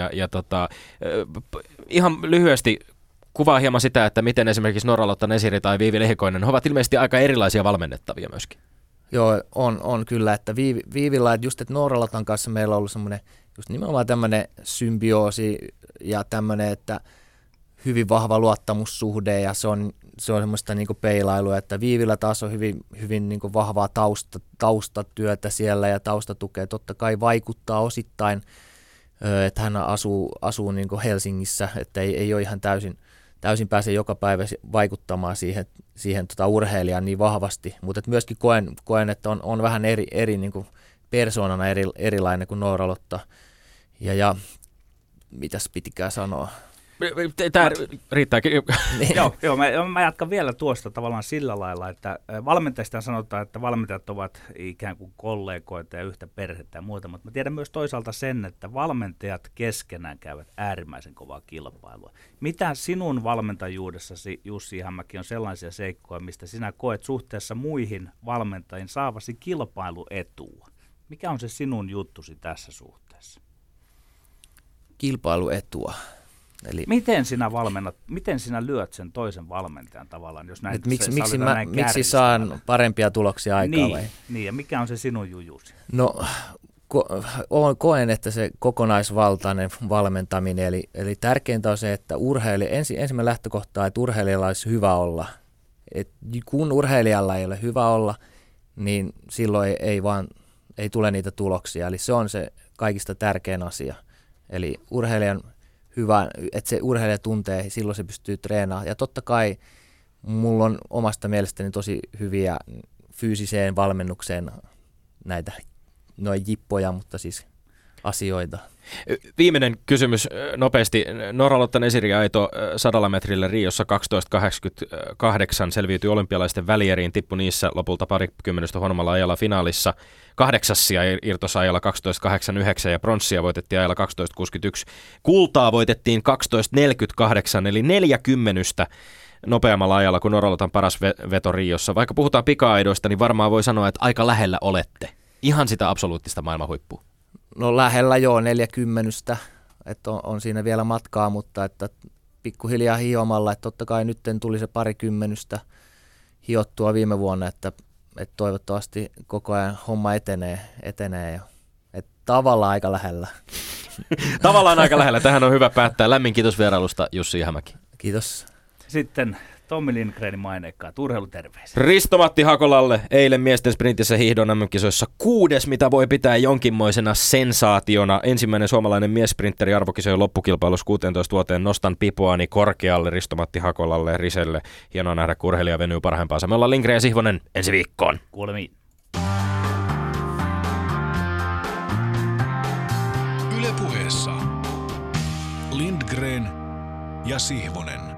Ihan lyhyesti kuvaa hieman sitä, että miten esimerkiksi Norralotta Nesiri tai Viivi Lehikoinen ovat ilmeisesti aika erilaisia valmennettavia myöskin. Joo, on kyllä, että Viivillä, että just että Norralotan kanssa meillä on ollut semmoinen just nimenomaan tämmöinen symbioosi ja tämmöinen, että hyvin vahva luottamussuhde ja se on semmoista niin kuin peilailua, että Viivillä taas on hyvin niin kuin vahvaa taustatyötä siellä ja taustatukea totta kai vaikuttaa osittain, että hän asuu niin kuin Helsingissä, että ei ole ihan täysin pääse joka päivä vaikuttamaan siihen urheilijaan niin vahvasti, mutta myöskin koen, että on vähän eri niin kuin persoonana erilainen kuin Norralotta ja mitäs pitikään sanoa. Tämä riittääkin. Joo, mä jatkan vielä tuosta tavallaan sillä lailla, että valmentajista sanotaan, että valmentajat ovat ikään kuin kollegoita ja yhtä perhettä ja muuta, mutta mä tiedän myös toisaalta sen, että valmentajat keskenään käyvät äärimmäisen kovaa kilpailua. Mitä sinun valmentajuudessasi, Jussi Hämäki, on sellaisia seikkoja, mistä sinä koet suhteessa muihin valmentajiin saavasi kilpailuetua? Mikä on se sinun juttusi tässä suhteessa? Kilpailuetua. Eli miten sinä lyöt sen toisen valmentajan tavallaan, jos näin miksi saan parempia tuloksia aikaa vai? Niin, ja mikä on se sinun jujusi? No, koen, että se kokonaisvaltainen valmentaminen, eli tärkeintä on se, että ensimmäinen lähtökohta, että urheilijalla olisi hyvä olla. Et kun urheilijalla ei ole hyvä olla, niin silloin ei tule niitä tuloksia, eli se on se kaikista tärkein asia. Eli urheilijan hyvä, että se urheilija tuntee, silloin se pystyy treenaamaan. Ja totta kai mulla on omasta mielestäni tosi hyviä fyysiseen valmennukseen näitä noin jippoja, mutta siis asioita. Viimeinen kysymys nopeasti. Norralotta Nesiri Aito 100 metrillä Riossa 12.88 selviytyi olympialaisten välieriin, tippui niissä lopulta parikymmenestä huonommalla ajalla finaalissa. 8. irtosajalla 12.89 ja pronssia voitettiin ajalla 12.61. Kultaa voitettiin 12.48 eli 40 nopeammalla ajalla kuin Norralotan paras veto Riossa. Vaikka puhutaan pika-aidoista, niin varmaan voi sanoa, että aika lähellä olette. Ihan sitä absoluuttista maailman huippua. No lähellä joo 40, että on siinä vielä matkaa, mutta että pikkuhiljaa hiomalla, että totta kai nyt tuli se parikymmenystä hiottua viime vuonna, että toivottavasti koko ajan homma etenee ja että tavallaan aika lähellä. Tavallaan aika lähellä, tähän on hyvä päättää. Lämmin kiitos vierailusta Jussi Hämäki. Kiitos. Sitten Tommi Lindgrenin maineikkaat urheiluterveiset. Risto-Matti Hakolalle eilen miesten sprintissä hiihdon MM-kisoissa 6, mitä voi pitää jonkinmoisena sensaationa. Ensimmäinen suomalainen miessprinteri arvokisojen loppukilpailussa 16 vuoteen. Nostan pipoani korkealle Risto-Matti Hakolalle ja Riselle. Hienoa nähdä, kun urheilija venyy parhaimpaansa. Me ollaan Lindgren ja Sihvonen ensi viikkoon. Kuulemiin. Yle Puheessa Lindgren ja Sihvonen.